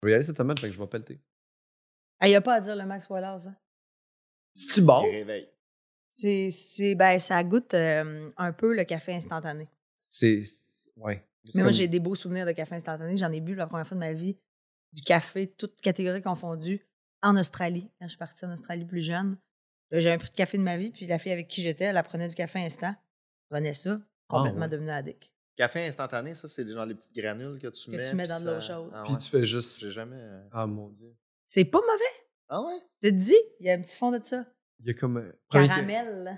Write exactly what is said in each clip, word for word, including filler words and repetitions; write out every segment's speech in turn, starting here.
Je vais y aller cette semaine, fait que je vais pelleter. Il n'y a pas à dire le Max Wallace. Hein? C'est-tu bon? Il réveille. C'est, c'est, ben, ça goûte euh, un peu le café instantané. C'est... Ouais. C'est Mais moi, comme- j'ai des beaux souvenirs de café instantané. J'en ai bu la première fois de ma vie du café, toutes catégories confondues, en Australie, quand je suis partie en Australie plus jeune. J'avais jamais pris de café de ma vie, puis la fille avec qui j'étais, elle apprenait du café instant. Elle prenait ça, complètement ouais. devenue addict. Café instantané, ça, c'est genre les petites granules que tu Que mets. tu mets puis dans de ça- l'eau chaude. Ah Puis ouais. tu fais juste... J'ai jamais... euh, Ah, mon Dieu. C'est pas mauvais. Ah ouais? Je te dis, il y a un petit fond de ça. Il y a comme... un- Premier, ca- Caramel.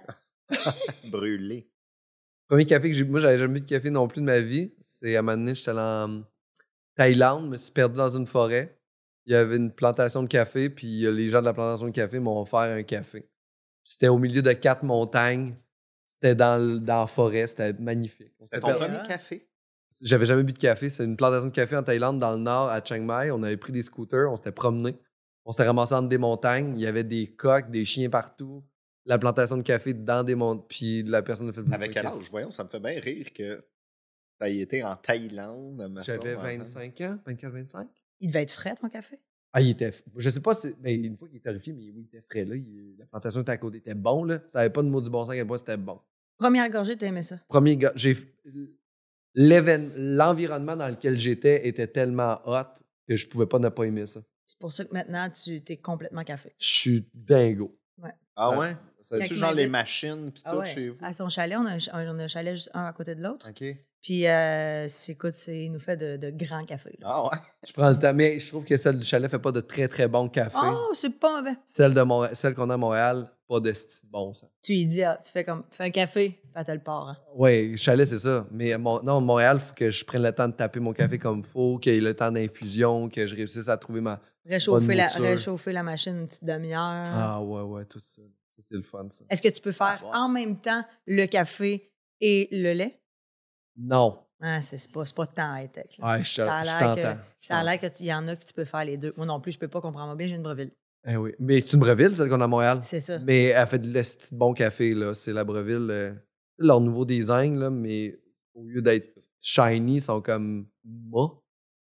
Brûlé. Premier café que j'ai... Moi, j'avais jamais bu de café non plus de ma vie. C'est à un moment donné, j'étais allé en Thaïlande, je me suis perdu dans une forêt. Il y avait une plantation de café, puis euh, les gens de la plantation de café m'ont offert un café. C'était au milieu de quatre montagnes. C'était dans, le- dans la forêt. C'était magnifique. On C'était s'était ton fait- premier Ah. café? J'avais jamais bu de café. C'est une plantation de café en Thaïlande, dans le nord, à Chiang Mai. On avait pris des scooters, on s'était promenés. On s'était ramassés entre des montagnes. Il y avait des coqs, des chiens partout. La plantation de café dans des montagnes. Puis la personne a fait... Avec quel âge? Voyons, ça me fait bien rire que tu aies été en Thaïlande. mettons, J'avais en- vingt-cinq ans, vingt-quatre vingt-cinq. Il devait être frais, ton café? Ah, il était... Je sais pas si... Mais une fois qu'il est terrifié, mais oui, il était frais, là. Il- La plantation était à côté. Il était bon, là. Ça avait pas de mot du bon sens à quel point c'était bon. Première gorgée, t'as aimé ça? Premier gars... J'ai... L'événement... L'environnement dans lequel j'étais était tellement hot que je pouvais pas ne pas aimer ça. C'est pour ça que maintenant, tu t'es complètement café. Je suis dingo. Ah Ça- ouais? ça- C'est-tu Quand genre il les m'avait- machines pis Ah tout ouais. chez vous? À son chalet, on a, un, on a un chalet juste un à côté de l'autre. OK. Puis, euh, c'est, écoute, c'est, il nous fait de, de grands cafés. là. Ah ouais? Je prends le temps. Mais je trouve que celle du chalet fait pas de très, très bon café. Oh, c'est pas mauvais. Celle, de Montréal, celle qu'on a à Montréal, pas de style bon, ça. Tu lui dis, ah, tu fais comme, fais un café, puis elle te le part. Hein. Oui, chalet, c'est ça. Mais mon- non, Montréal, il faut que je prenne le temps de taper mon café comme il faut, qu'il y ait le temps d'infusion, que je réussisse à trouver ma... Réchauffer, Bonne la, mouture. réchauffer la machine une petite demi-heure. Ah ouais, ouais, tout ça. Ça, c'est le fun, ça. Est-ce que tu peux faire Ah, ouais. en même temps le café et le lait? Non. Ah, c'est, c'est pas, c'est pas tant high-tech. là. Ouais, je, Ça a je l'air t'entends. que- Je Ça a t'entends. l'air qu'il y en a que tu peux faire les deux. Moi non plus, je peux pas comprendre bien, j'ai une Breville. Eh oui. Mais c'est une Breville, celle qu'on a à Montréal. C'est ça. Mais elle fait de l'esti de bon café, là. C'est la Breville. euh, leur nouveau design, là, mais au lieu d'être shiny, ils sont comme mat.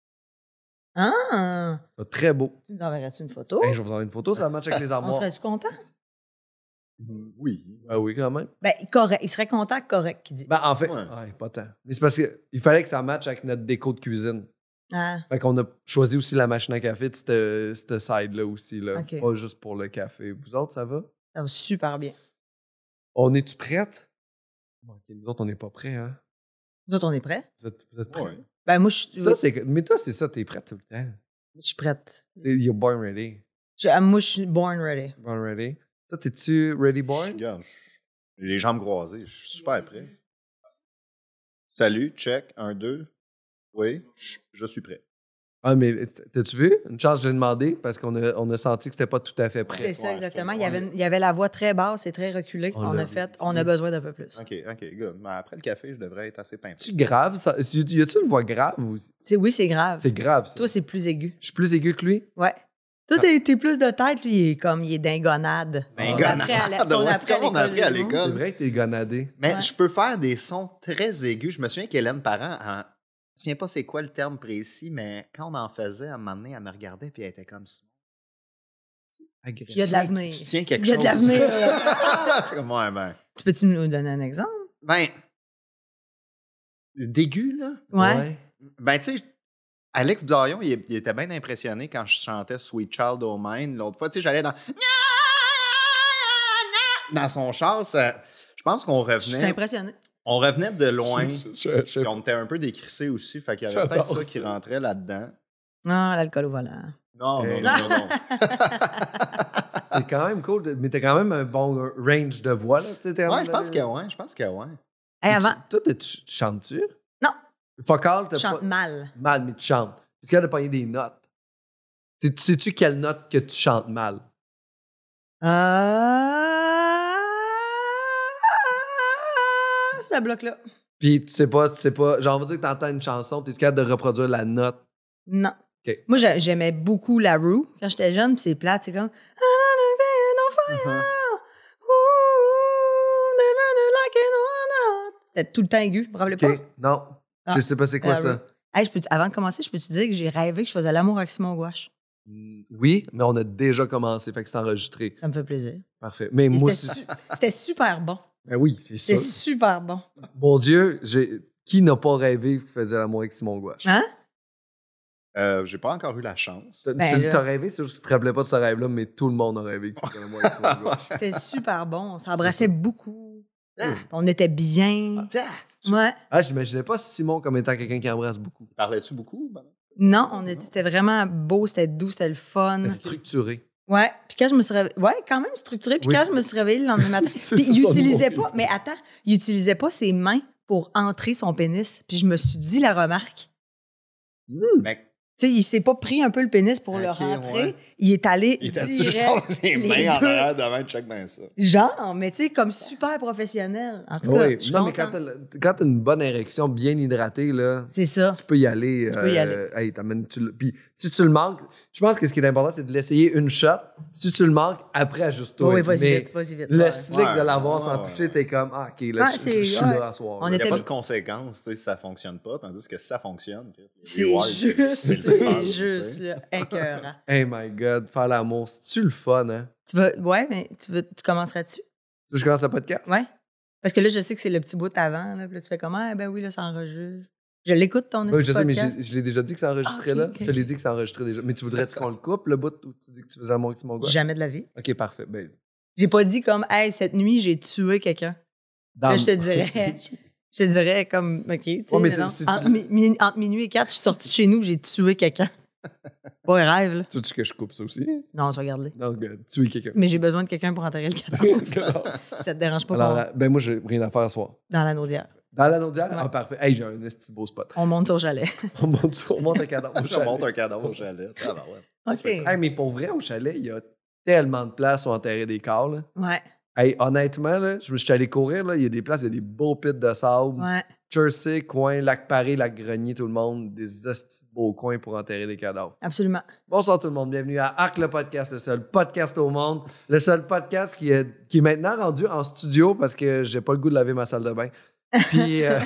Ah! C'est très beau. Tu nous enverrais-tu une photo? Hey, je vais vous envoyer une photo, ça match avec les On armoires. serait-tu content? Oui. Ah oui, quand même. Ben, correct. Il serait content, correct, qui dit. Ben, en fait, Ouais. ouais, pas tant. Mais c'est parce qu'il fallait que ça matche avec notre déco de cuisine. Ah, Fait qu'on a choisi aussi la machine à café de cette, cette side-là aussi. Là. Ok. Pas juste pour le café. Vous autres, ça va? ça va super bien. On est-tu prêtes? Bon, ok, nous autres, on n'est pas prêts, hein? Nous autres, on est prêts? Vous êtes, vous êtes prêts? Ouais. Ben, moi, je suis Ça, c'est que- Mais toi, c'est ça, t'es prête tout le temps. je suis prête. T'es- You're born ready. Je- ah, moi, je suis born ready. Born ready. Toi, t'es-tu ready Je, born? regarde, je- j'ai les jambes croisées. Je suis super prêt. Salut, check. Un, deux. Oui, je, je suis prêt. Ah, mais t'as-tu vu? Une chance, je l'ai demandé parce qu'on a, on a senti que c'était pas tout à fait prêt. C'est ça, Ouais, exactement. je Il y, avait, il y avait la voix très basse et très reculée. On On, l'a a vu. fait, on a besoin d'un peu plus. OK, OK, good. Mais après le café, je devrais être assez pimpé. Tu grave? Ça? Y y a-tu une voix grave? Ou... C'est, oui, c'est grave. C'est grave, ça. Toi, c'est plus aigu. Je suis plus aigu que lui? Ouais. Toi, t'es, t'es plus de tête, lui, il est comme, il est dingonade. Dingonade. On a appris à la- Ouais, on a appris à comme on a appris à l'école, l'école. C'est vrai que t'es gonadé. Mais Ouais. je peux faire des sons très aigus. Je me souviens qu'Hélène Parent, en... je me souviens pas c'est quoi le terme précis, mais quand on en faisait, à un moment donné, elle me regardait puis elle était comme ça. Agressif. Il y a de l'avenir. Tu tiens quelque Il y a chose. de l'avenir. là. Comme, ouais, ben. Tu peux-tu nous donner un exemple? Ben. D'aigu, là. Ouais. Ben, tu sais, Alex Bdaillon, il, il était bien impressionné quand je chantais Sweet Child O' Mine. L'autre fois, tu sais, j'allais dans. Dans son char, ça- je pense qu'on Je suis revenait. impressionné. On revenait de loin. Je- je- je- Puis on était un peu décrissés aussi. Fait qu'il y avait peut-être J'adore ça qui ça. rentrait là-dedans. Ah, l'alcool au volant. Non, non, Hey. non, non, non. C'est quand même cool. de- Mais t'as quand même un bon range de voix, là, c'était Ouais, je pense que ouais. Je pense que ouais. Hey, avant, Toi, t'es- tu tu chantes-tu? Non. Fuck all, je t'as chante pas... mal. Mal, mais tu chantes. Est-ce qu'il y a de pogner des notes? T'es- Sais-tu quelle note que tu chantes mal? Ah, ça bloque là. Puis tu sais pas, tu sais pas... Genre, on va dire que t'entends une chanson, t'es capable de reproduire la note. Non. OK. Moi, j'ai- j'aimais beaucoup la roue quand j'étais jeune, puis c'est plate, c'est comme. Uh-huh. C'était tout le temps aigu, vous vous rappelez OK, pas? non. Ah, Je sais pas c'est quoi la ça. roue. Hey, je peux, avant de commencer, je peux te dire que j'ai rêvé que je faisais l'amour avec Simon Gouache. Mm, Oui, mais on a déjà commencé, fait que c'est enregistré. Ça me fait plaisir. Parfait. Mais Et moi C'était aussi. su- c'était super bon. Ben oui, c'est ça. C'était super bon. Mon Dieu, j'ai... qui n'a pas rêvé qu'il faisait l'amour avec Simon Gouache? Hein? Euh, j'ai pas encore eu la chance. T'as- Ben tu là. t'as rêvé, c'est juste que tu te rappelais pas de ce rêve-là, mais tout le monde a rêvé qu'il faisait l'amour avec Simon Gouache. C'était super bon. On s'embrassait beaucoup. Ah. On était bien. Tiens, Ouais. Ah, j'imaginais pas Simon comme étant quelqu'un qui embrasse beaucoup. parlais-tu beaucoup? Ben? Non, on était, c'était vraiment beau, c'était doux, c'était le fun. Mais structuré. Ouais. Puis quand je me suis réveillée, ouais, quand même structuré. Puis Oui, quand c'est- je me suis réveillée le lendemain matin, C'est puis ça, il son utilisait numéro. pas, mais attends, il utilisait pas ses mains pour entrer son pénis. Puis je me suis dit la remarque. Mais Tu sais, il s'est pas pris un peu le pénis pour le Ok, rentrer. ouais. Il est allé il était direct. genre les les mains en deux. arrière devant, check bien ça. Genre, mais tu sais, comme super professionnel. En tout cas, Oui, je suis non, mais quand contente. t'as, quand t'as une bonne érection bien hydratée, là, C'est ça. tu peux y aller. Tu peux y euh, hey, t'amènes- tu le- Puis si tu le manques, je pense que ce qui est important, c'est de l'essayer une shot. Si tu le manques, après, ajuste-toi. Oui, vas-y Mais vite, vas-y vite. le ouais. slick Ouais, de l'avoir ouais, sans ouais. toucher, t'es comme, ah, OK, là, Ouais, je, c'est- je suis ouais. là à soir. On là. Il n'y a était- pas de conséquences, tu sais, si ça fonctionne pas, tandis que si ça fonctionne, les C'est rewards, juste, c'est le c'est fun, juste, tu sais. là, écœurant. Hey my God, faire l'amour, c'est-tu le fun, hein? Tu veux, ouais, mais tu, veux, tu commencerais dessus? Tu veux que je commence le podcast? Ouais. Parce que là, je sais que c'est le petit bout avant, là, puis là, tu fais comment? Ah, ben oui, là, ça enregistre. Je l'écoute, ton Oui, je sais, mais podcast. j'ai- je l'ai déjà dit que c'est enregistré Ah, ok, là. ok, Je te l'ai ok. dit que c'est enregistré déjà. Mais tu voudrais-tu qu'on le coupe, le bout, ou tu dis que tu faisais l'amour avec mon gars? Jamais de la vie. OK, parfait. Ben, J'ai pas dit comme, hey, cette nuit, j'ai tué quelqu'un. dans Là, je te le- dirais, je te dirais comme, OK, tu sais, Ouais, mais mais non. t'as- si entre, tu- mi- mi- entre minuit et quatre, je suis sortie de chez nous, j'ai tué quelqu'un. Pas un rêve, là. Tu veux que je coupe ça aussi? Non, je regarde-les. Donc, euh, tuer quelqu'un. Mais j'ai besoin de quelqu'un pour enterrer le cadavre. Si ça te dérange pas Alors, qu'on- euh, ben moi, j'ai rien à faire ce soir. dans la naudière. Dans la naudière? Ouais. Ah, parfait. Hey, j'ai un petit beau spot. On monte sur chalet. On monte, sur- on monte un cadavre au Je chalet. monte un cadavre au chalet. Ah, ben ouais. OK. Hey, mais pour vrai, au chalet, il y a tellement de places où enterrer des corps. Là. Ouais, Hey, honnêtement, là, je me suis allé courir. Là, il y a des places, il y a des beaux pits de sable. ouais. Jersey, coin, Lac-Paré, Lac-Grenier, tout le monde. Des hosties de beaux coins pour enterrer des cadavres. Absolument. Bonsoir tout le monde, bienvenue à Arc le podcast, le seul podcast au monde, le seul podcast qui est, qui est maintenant rendu en studio parce que j'ai pas le goût de laver ma salle de bain. Puis euh,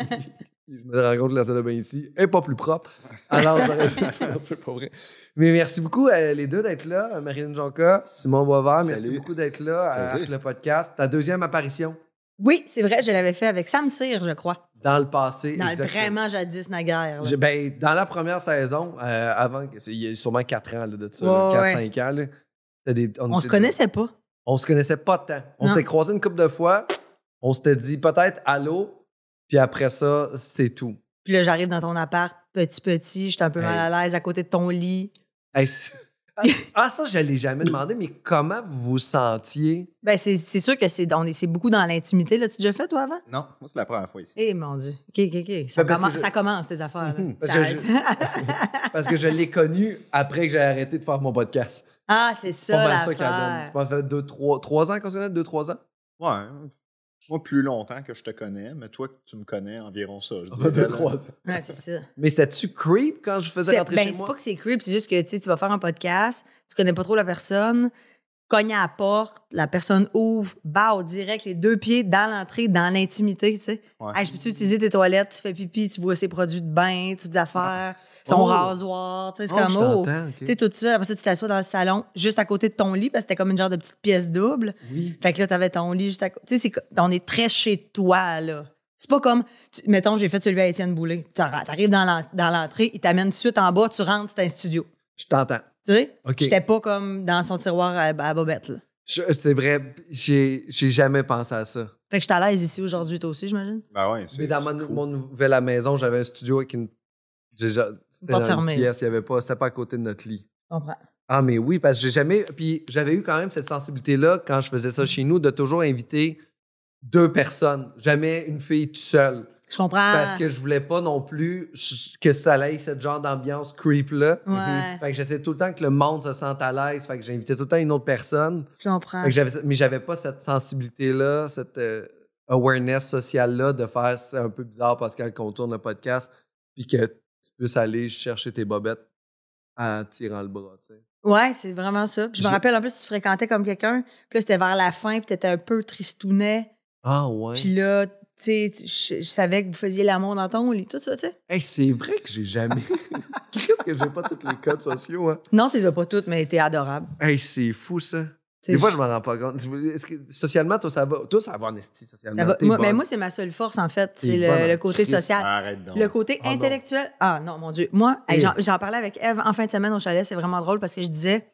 je me rends compte que la salle de bain ici est pas plus propre. Alors j'aurais dû dire, c'est pas vrai. Mais merci beaucoup euh, les deux d'être là, Marilyn Jonca, Simon Boisvert, merci Salut. beaucoup d'être là à Plaisir. Arc le podcast. Ta deuxième apparition Oui, c'est vrai, je l'avais fait avec Sam Cyr, je crois. dans le passé. Dans le exactement. vraiment jadis naguère. là. J'ai- Ben, dans la première saison, euh, avant, que- c'est- il y a sûrement quatre ans là, de ça, Ouais, quatre ouais. cinq ans. Là, c'était des- On se était- connaissait pas. On se connaissait pas tant. On Non. s'était croisés une couple de fois. On s'était dit peut-être allô, puis après ça, c'est tout. Puis là, j'arrive dans ton appart, petit, petit, j'étais un peu Hey. mal à l'aise à côté de ton lit. Hey, c'est- ah, ça, je l'ai jamais demandé, mais comment vous vous sentiez? Ben, c'est c'est sûr que c'est on est- c'est beaucoup dans l'intimité. L'as-tu déjà fait, toi, avant? Non, moi, c'est la première fois ici. Eh, mon Dieu. OK, OK, OK. Ça, Ben, parce que commence, je- ça commence, tes affaires. là. Parce Ça- que je- Parce que je l'ai connu après que j'ai arrêté de faire mon podcast. Ah, c'est C'est pas ça, mal ça qu'elle donne. l'affaire. C'est pas fait deux, trois, trois ans qu'on se connaît? Deux, trois ans? Ouais. Moi, plus longtemps que je te connais, mais toi, tu me connais environ ça. Je Ah, dirais, deux, là. trois ans. Ouais, c'est ça. Mais c'était-tu creep quand je faisais C'est- rentrer ben, chez c'est moi? pas que c'est creep, c'est juste que tu sais, tu vas faire un podcast, tu connais pas trop la personne, cogne à la porte, la personne ouvre, bao, direct, les deux pieds dans l'entrée, dans l'intimité, tu sais. Ouais. Hey, je peux-tu utiliser tes toilettes, tu fais pipi, tu vois ses produits de bain, toutes des affaires, son Oh. rasoir, tu sais, c'est Oh, comme, je oh, t'entends, ok. tu sais, tout ça. Après ça, tu t'assois dans le salon, juste à côté de ton lit, parce que c'était comme une genre de petite pièce double. Oui. Fait que là, t'avais ton lit juste à côté. Tu sais, c'est co- on est très chez toi, là. C'est pas comme, tu- mettons, j'ai fait celui à Étienne Boulay. Tu arrives dans l'en- dans l'entrée, il t'amène tout de suite en bas, tu rentres, c'est un studio. Je t'entends. Tu sais? OK. J'étais pas comme dans son tiroir à, à bobette, là. Je- C'est vrai, j'ai j'ai jamais pensé à ça. Fait que j'étais à l'aise ici aujourd'hui, toi aussi, j'imagine? Ben ouais, c'est Mais dans ma, c'est cool. mon nouvelle maison, j'avais un studio avec une. j'ai ja- C'était Porte dans fermée. une pièce, il y avait pas, c'était pas à côté de notre lit. Je comprends. Ah, mais oui, parce que j'ai jamais. Puis j'avais eu quand même cette sensibilité-là quand je faisais ça chez nous, de toujours inviter deux personnes, jamais une fille toute seule. Je comprends. Parce que je voulais pas non plus que ça aille cette genre d'ambiance creep-là. Ouais, Fait que j'essaie tout le temps que le monde se sente à l'aise. Fait que j'invitais tout le temps une autre personne. je comprends. Fait que j'avais, mais j'avais pas cette sensibilité-là, cette euh, awareness sociale-là de faire c'est un peu bizarre Pascal qu'on tourne le podcast puis que tu puisses aller chercher tes bobettes en tirant le bras, tu sais. Ouais, c'est vraiment ça. Puis je me J'ai- rappelle, en plus, tu fréquentais comme quelqu'un. Puis là, c'était vers la fin, puis t'étais un peu tristounet. Ah ouais. Puis là, tu sais, je, je savais que vous faisiez l'amour dans ton lit, tout ça, tu sais. Hey, c'est vrai que j'ai jamais. Qu'est-ce que j'ai pas tous les codes sociaux, hein? Non, tu les as pas toutes, mais t'es adorable. Hey, c'est fou, ça. T'sais, Des fois, je m'en rends pas compte. Est-ce que, socialement, toi, ça va? Toi, ça va en esti, socialement. ça va. T'es Moi, bonne. mais moi, c'est ma seule force, en fait. T'es C'est bonne le, en le côté Christ. social. Arrête donc. Le côté Ah, non. intellectuel. Ah non, mon Dieu. Moi, hey, Et- j'en, j'en parlais avec Eve en fin de semaine au chalet. C'est vraiment drôle parce que je disais,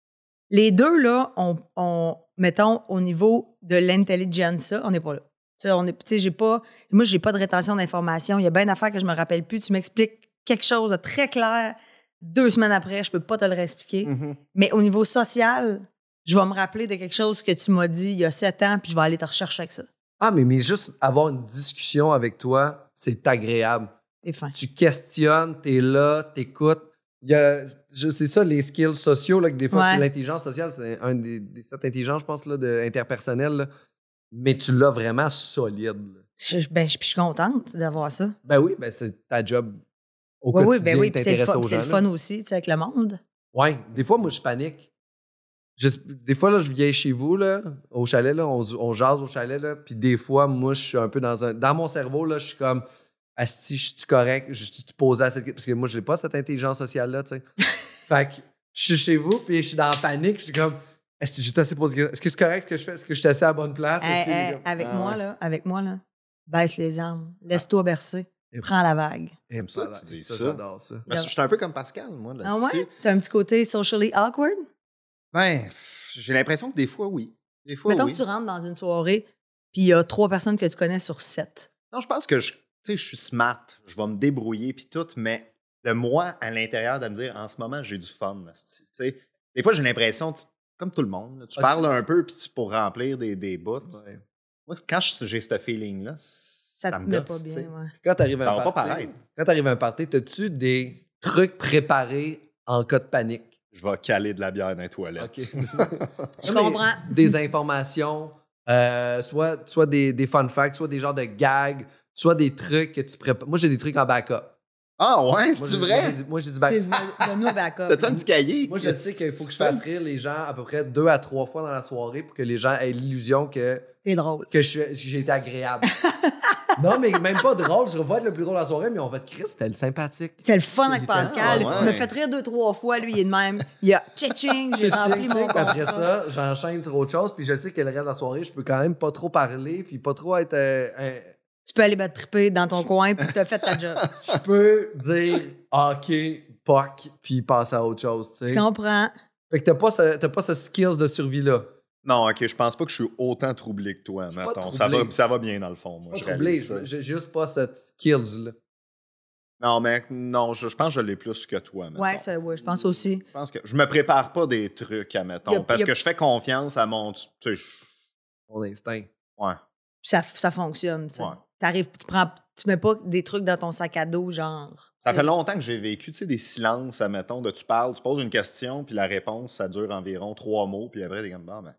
les deux, là, on, on mettons, au niveau de l'intelligence, on n'est pas là. Tu sais, on est, tu sais, j'ai pas, moi, j'ai pas de rétention d'informations. Il y a bien d'affaires que je me rappelle plus. Tu m'expliques quelque chose de très clair. Deux semaines après, je peux pas te le réexpliquer. Mhm. Mais au niveau social, je vais me rappeler de quelque chose que tu m'as dit il y a sept ans, puis je vais aller te rechercher avec ça. Ah, mais, mais juste avoir une discussion avec toi, c'est agréable. T'es fin. Tu questionnes, t'es là, t'écoutes. Il y a, je sais ça, les skills sociaux, là, que des fois, Ouais. c'est l'intelligence sociale, c'est un des, des sept intelligences, je pense, là, de, interpersonnelles. Là. Mais tu l'as vraiment solide. là. Je, ben, je, je suis contente d'avoir ça. Ben oui, ben c'est ta job au Oui, oui, quotidien, ben oui, puis c'est le, t'intéresser fun, aux c'est gens. le là. fun aussi, tu sais, avec le monde. Ouais, des fois, moi, je panique. Je- des fois, là, je viens chez vous, là, au chalet, là, on, on jase au chalet, là, puis des fois, moi, je suis un peu dans un... Dans mon cerveau, là, je suis comme, asti, je suis correct? Je suis posé à cette... Parce que moi, je n'ai pas cette intelligence sociale-là, tu sais. Fait que je suis chez vous, puis je suis dans la panique, je suis comme, est-ce que je suis assez posé? Est-ce que c'est correct ce que je fais? Est-ce que je suis assez à la bonne place? Est-ce Hey, que- hey, avec Ah, moi, ouais. là, avec moi, là, baisse les armes, laisse-toi bercer, Et- prends la vague. J'aime ça, tu dis ça. J'adore ça. Parce que je suis un peu comme Pascal, moi, Ah là-dessus. ouais? T'as un petit côté socially awkward? Ben, pff, j'ai l'impression que des fois, oui. Des fois, Mettons oui. que tu rentres dans une soirée, puis il y a trois personnes que tu connais sur sept. Non, je pense que je, tu sais, je suis smart. Je vais me débrouiller puis tout, mais de moi à l'intérieur de me dire en ce moment j'ai du fun. asti. Tu sais, des fois j'ai l'impression, tu- comme tout le monde, là, tu Ah, parles tu- un peu puis tu- pour remplir des, des bouts. Ouais. Moi, quand je- j'ai ce feeling là, Ça te me met gosse, pas tu bien, sais. ouais. Quand t'arrives à Ça un va pas party, paraître. quand t'arrives à un party, t'as-tu des trucs préparés en cas de panique? Je vais caler de la bière dans les toilettes. OK, c'est ça. Je Non, mais comprends. Des informations, euh, soit, soit des, des fun facts, soit des genres de gags, soit des trucs que tu prépares. Moi, j'ai des trucs en backup. Ah ouais, Moi, c'est-tu j'ai- vrai? Moi, j'ai- moi, j'ai du C'est backup. de nos backups. T'as-tu un petit cahier? Moi, je sais qu'il faut que je fasse rire les gens à peu près deux à trois fois dans la soirée pour que les gens aient l'illusion que, T'es drôle. que je suis- j'ai été agréable. Non, mais même pas drôle. Je vais pas être le plus drôle de la soirée, mais on va être Chris, c'était sympathique. C'est le fun avec Il était- Pascal. Ah, ouais. Il me fait rire deux, trois fois. Lui, il est de même. Il y a tching, j'ai Check, rempli check, mon check. Après contrat. ça, j'enchaîne sur autre chose, puis je sais que le reste de la soirée, je peux quand même pas trop parler, puis pas trop être. euh, un- Tu peux aller battre triper dans ton coin, puis t'as fait ta job. Je peux dire OK, poc, puis passer à autre chose, tu sais. Je comprends. Fait que t'as pas ce, t'as pas ce skills de survie-là. Non, ok, je pense pas que je suis autant troublé que toi, Je suis pas mettons. Ça troublé. va, ça va bien dans le fond, moi. Pas je troublé, réalise ça. j'ai juste pas ce skills-là. Non, mais non, je, je pense que je l'ai plus que toi, mettons. Ouais, ça, ouais, je pense aussi. Je pense que je me prépare pas des trucs, admettons, Y a- parce y a- que je fais confiance à mon... Tu sais, je- Mon instinct. ouais. Ça, ça fonctionne, tu sais. Ouais. T'arrives, tu prends, tu mets pas des trucs dans ton sac à dos, genre. Ça fait longtemps que j'ai vécu, tu sais, des silences, admettons, de tu parles, tu poses une question, puis la réponse, ça dure environ trois mots, puis après, t'es comme, bon, ben...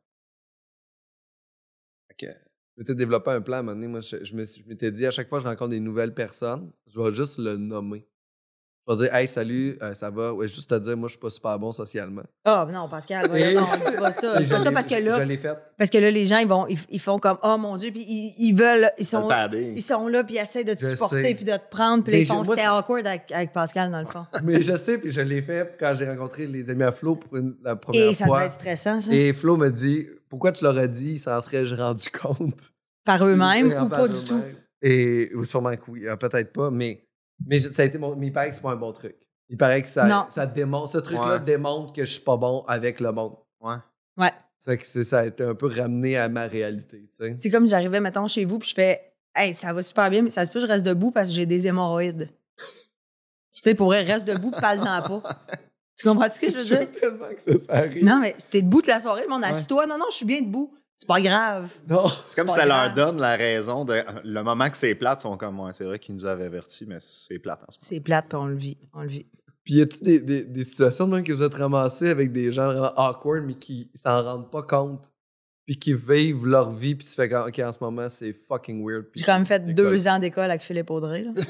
Fait que- Je m'étais développé un plan à un moment donné. Moi, je, je me suis- je m'étais dit, à chaque fois que je rencontre des nouvelles personnes, je vais juste le nommer. Je vais dire, hey, salut, euh, ça va? Ouais, juste te dire, moi, je suis pas super bon socialement. Ah, non, Pascal, voyons, non, dis pas ça. Et Dis pas je ça l'ai- parce que Je là, l'ai fait. parce que là, les gens, ils vont, ils, ils font comme, oh mon Dieu, puis ils, ils veulent, ils le sont, padding. ils sont là, puis ils essaient de te Je supporter, sais. puis de te prendre, puis là, Mais ils font, j'ai- moi, c'était c'est- awkward avec, avec Pascal, dans le fond. Mais je sais, puis je l'ai fait quand j'ai rencontré les amis à Flo pour une- la première Et ça fois. devait être stressant, ça. Et Flo me dit, pourquoi tu l'aurais dit? Il s'en serait rendu compte. Par eux-mêmes Par ou pas du eux-mêmes. tout. Et ou sûrement que oui, hein, peut-être pas, mais, mais ça a été mon, mais il paraît que c'est pas un bon truc. Il paraît que ça, Non. ça démontre, ce truc-là Ouais. démontre que je suis pas bon avec le monde. Ouais. Ouais. C'est que c'est- ça a été un peu ramené à ma réalité, tu sais. C'est comme j'arrivais, mettons, chez vous, puis je fais, hey, ça va super bien, mais ça se peut que je reste debout parce que j'ai des hémorroïdes. Tu sais, pour vrai, reste debout, parle-en pas. Tu comprends ce que je veux Je veux dire? tellement que ça, ça arrive. Non, mais t'es debout toute la soirée, le monde assis-toi. Non, non, je suis bien debout. C'est pas grave. Non. C'est comme pas si ça grave. leur donne la raison de... Le moment que c'est plate, ils sont comme, ouais, c'est vrai qu'ils nous avaient avertis, mais c'est plate en ce moment. C'est plate, puis on le vit. On le vit. Puis y a-tu des, des, des situations de même que vous êtes ramassés avec des gens vraiment awkward, mais qui s'en rendent pas compte, puis qui vivent leur vie, puis tu fais comme, OK, en ce moment, c'est fucking weird. Puis J'ai quand même fait école. deux ans d'école avec Philippe Audrey. là.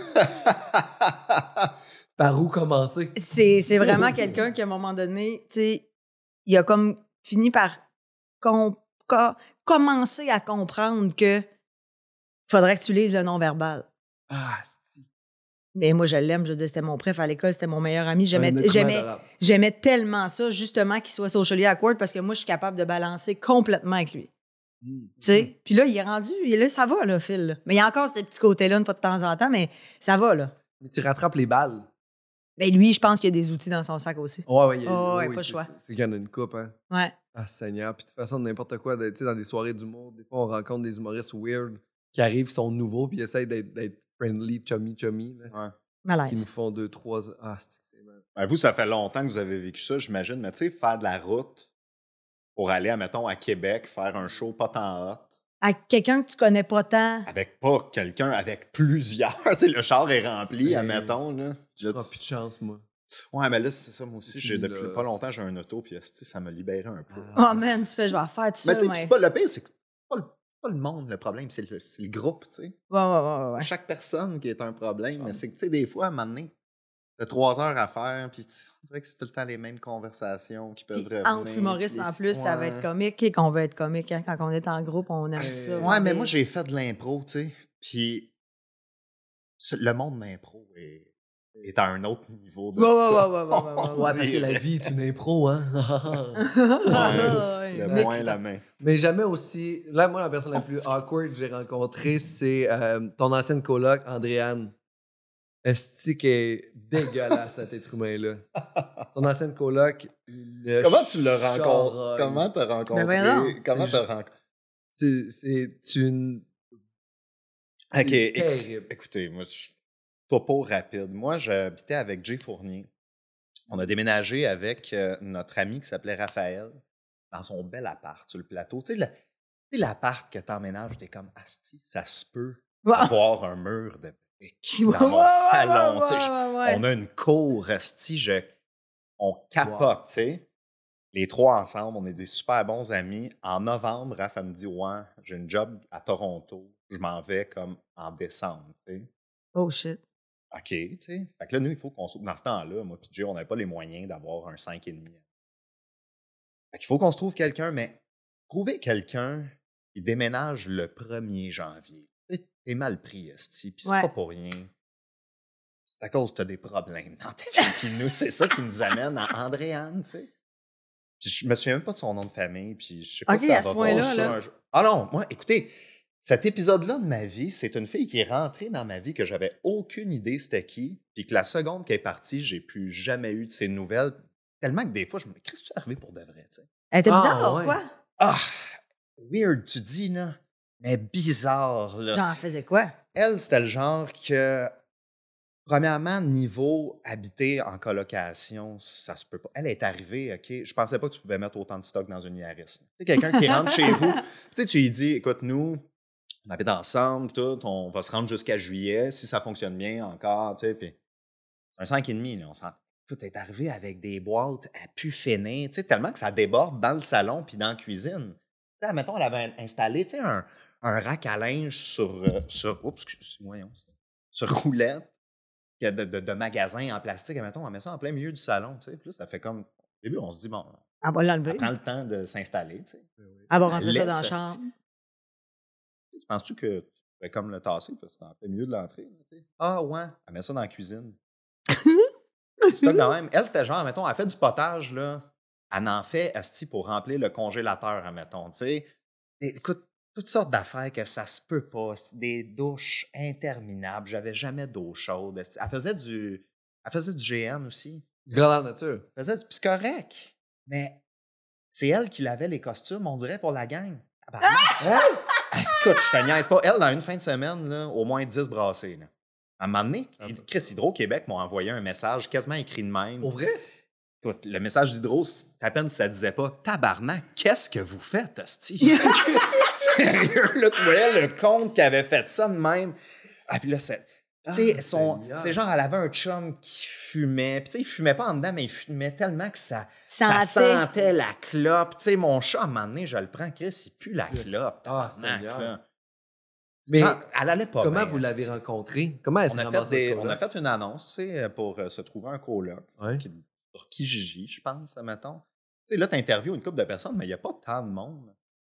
Par où commencer? C'est c'est vraiment quelqu'un qui, à un moment donné, tu sais, il a comme fini par com- co- commencer à comprendre que Faudrait que tu lises le non-verbal. Ah, c'est... Mais moi, je l'aime. Je dis, c'était mon préf à l'école, c'était mon meilleur ami. J'aimais, Un être humain j'aimais, adorable. j'aimais tellement ça, justement, qu'il soit socially awkward parce que moi, je suis capable de balancer complètement avec lui. Mm. Tu sais? Puis là, il est rendu, il est là, ça va, là, Phil. Là. Mais il y a encore ce petit côté-là, une fois de temps en temps, mais ça va, là. Mais tu rattrapes les balles. Ben lui, je pense qu'il y a des outils dans son sac aussi. Ouais, ouais, il y a, Oh, ouais, ouais, oui, pas le c'est, choix. C'est, c'est qu'il y en a une coupe, hein. Ouais. Ah, Seigneur. Puis de toute façon, n'importe quoi, tu sais, dans des soirées d'humour, des fois, on rencontre des humoristes weird qui arrivent, sont nouveaux, puis ils essayent d'être, d'être friendly, chummy, chummy, là. Ouais. Malaise. Qui nous font deux, trois... Ah, c'est, c'est mal. Ben, vous, ça fait longtemps que vous avez vécu ça, j'imagine, mais tu sais, faire de la route pour aller, admettons, à Québec, faire un show pas tant hot, À quelqu'un que tu connais pas tant. avec pas quelqu'un, avec plusieurs. Tu sais, le char est rempli, Ouais. admettons. Là. Je prends plus de chance, moi. Ouais, mais là, c'est ça, moi aussi, C'est j'ai fini, depuis là. pas longtemps, j'ai un auto, puis esti, ça m'a libéré un peu. Oh man, tu fais, je vais faire tout ça. Mais tu sais, mais... pis c'est pas le pire, c'est que c'est pas le, pas le monde le problème, c'est le, c'est le groupe, tu sais. Ouais, ouais, ouais, ouais. Chaque personne qui est un problème, mais c'est que, tu sais, des fois, à un moment donné, t'as trois heures à faire, puis on dirait que c'est tout le temps les mêmes conversations qui peuvent Puis revenir. entre humoristes, puis les- en plus, ça va Ouais. être comique et qu'on veut être comique. Hein. Quand on est en groupe, on aime ça. Euh, Ouais, mais moi, j'ai fait de l'impro, tu sais, puis ce- le monde de l'impro est, est à un autre niveau de Ouais, ça. ouais, ouais, ouais, ouais, ouais, ouais. Ouais, parce que la vie est une impro, hein. Ouais, le Mais moins c'est- la main. Mais jamais aussi... Là, moi, la personne la plus awkward que j'ai rencontrée, c'est euh, ton ancienne coloc, Andréane. Esti qui est dégueulasse, cet être humain-là. Son ancienne coloc... une Comment tu l'as rencontré? charogne. Comment t'as rencontré? Ben voyons. Comment C'est t'as ju- rencontré? C'est, c'est une... Ok, c'est écoute- terrible. écoutez, moi, je... topo rapide. Moi, j'habitais avec Jay Fournier. On a déménagé avec euh, notre ami qui s'appelait Raphaël dans son bel appart sur le plateau. Tu sais, le- tu sais, l'appart que t'emménages, t'es comme asti, ça se peut Ouais. avoir un mur de briques Ouais, dans mon ouais, salon. ouais, tu sais. Je- ouais, ouais. On a une cour, asti, je... on capote, tu sais. Les trois ensemble, on est des super bons amis. En novembre, Raph elle me dit « Ouais, j'ai une job à Toronto. Je m'en vais comme en décembre. » tu sais. Oh shit. OK, tu sais. Fait que là, nous, il faut qu'on... se- Dans ce temps-là, moi et Jay, on n'avait pas les moyens d'avoir un cinq et demi. Fait qu'il faut qu'on se trouve quelqu'un, mais trouver quelqu'un qui déménage le premier janvier, t'es t'es mal pris, esti, puis c'est Ouais. pas pour rien. C'est à cause que t'as des problèmes dans ta vie. Puis nous, c'est ça qui nous amène à Andréane, tu sais. Puis je me souviens même pas de son nom de famille, puis je sais pas Ok, si ça à ce va point-là, voir ça là. un jour. Ah non, moi, écoutez, cet épisode-là de ma vie, c'est une fille qui est rentrée dans ma vie que j'avais aucune idée c'était qui, puis que la seconde qu'elle est partie, j'ai plus jamais eu de ses nouvelles. Tellement que des fois, je me dis, qu'est-ce que tu es arrivé pour de vrai, tu sais? Elle était Ah, bizarre, ouais. quoi? Ah, weird, tu dis, là, mais bizarre, là. Genre, elle faisait quoi? Elle, c'était le genre que, premièrement, niveau habiter en colocation, ça se peut pas. Elle est arrivée, OK, je pensais pas que tu pouvais mettre autant de stock dans une Yaris. Tu sais, quelqu'un qui rentre chez vous, tu sais, tu lui dis, écoute, nous, on habite ensemble, tout, on va se rendre jusqu'à juillet, si ça fonctionne bien encore, tu sais, puis c'est un cinq et demi, là, on s'en... Tout est arrivé avec des boîtes à pu finir, tu sais, tellement que ça déborde dans le salon puis dans la cuisine. Tu sais, admettons, elle avait installé, tu sais, un, un rack à linge sur, euh, sur, oups, excuse, voyons, sur roulette de, de, de magasin en plastique, admettons, on met ça en plein milieu du salon, tu sais, puis là, ça fait comme, au début, on se dit, bon, Elle va l'enlever. elle prend le temps de s'installer, tu sais. Elle va rentrer ça Laisse, dans la asti. chambre. Tu penses-tu que tu fais comme le tasser parce que c'est en plein milieu de l'entrée? là, tu sais? Ah ouais, elle met ça dans la cuisine. C'est ça quand même. Elle, c'était genre, mettons, elle fait du potage, là. Elle en fait, asti, pour remplir le congélateur, admettons, tu sais. Et écoute, toutes sortes d'affaires que ça se peut pas. asti, Des douches interminables. J'avais jamais d'eau chaude. asti. Elle faisait du... Elle faisait du G N aussi. Du grandeur nature. Elle faisait du... Puis c'est correct. Mais c'est elle qui lavait les costumes, on dirait, pour la gang. Ah, ben, hein? Écoute, je te niaise pas. Elle, dans une fin de semaine, là, au moins dix brassées. Là. À un moment donné, Chris Hydro-Québec m'a envoyé un message quasiment écrit de même. Au vrai? Écoute, le message d'Hydro, c'est à peine si ça disait pas « Tabarnak, qu'est-ce que vous faites, hostie? » Sérieux, là, tu voyais le compte qui avait fait ça de même. Ah, puis là, c'est... Tu sais, Ah, son- Seigneur. c'est genre, elle avait un chum qui fumait. Puis tu sais, il fumait pas en dedans, mais il fumait tellement que ça, ça Sentait. sentait la clope. Tu sais, mon chat, à un moment donné, je le prends, Chris, il pue la clope. Ah, tabarnak, Seigneur. là. Mais Genre, elle allait pas comment bien, vous l'avez esti. rencontré? Comment elle on s'est a, fait ramassée des- votre on a coloc? fait une annonce, tu sais, pour euh, se trouver un coloc. Ouais. Qui, sur Kijiji, je pense, mettons. Tu sais, là, tu interviews une couple de personnes, mais il n'y a pas tant de monde.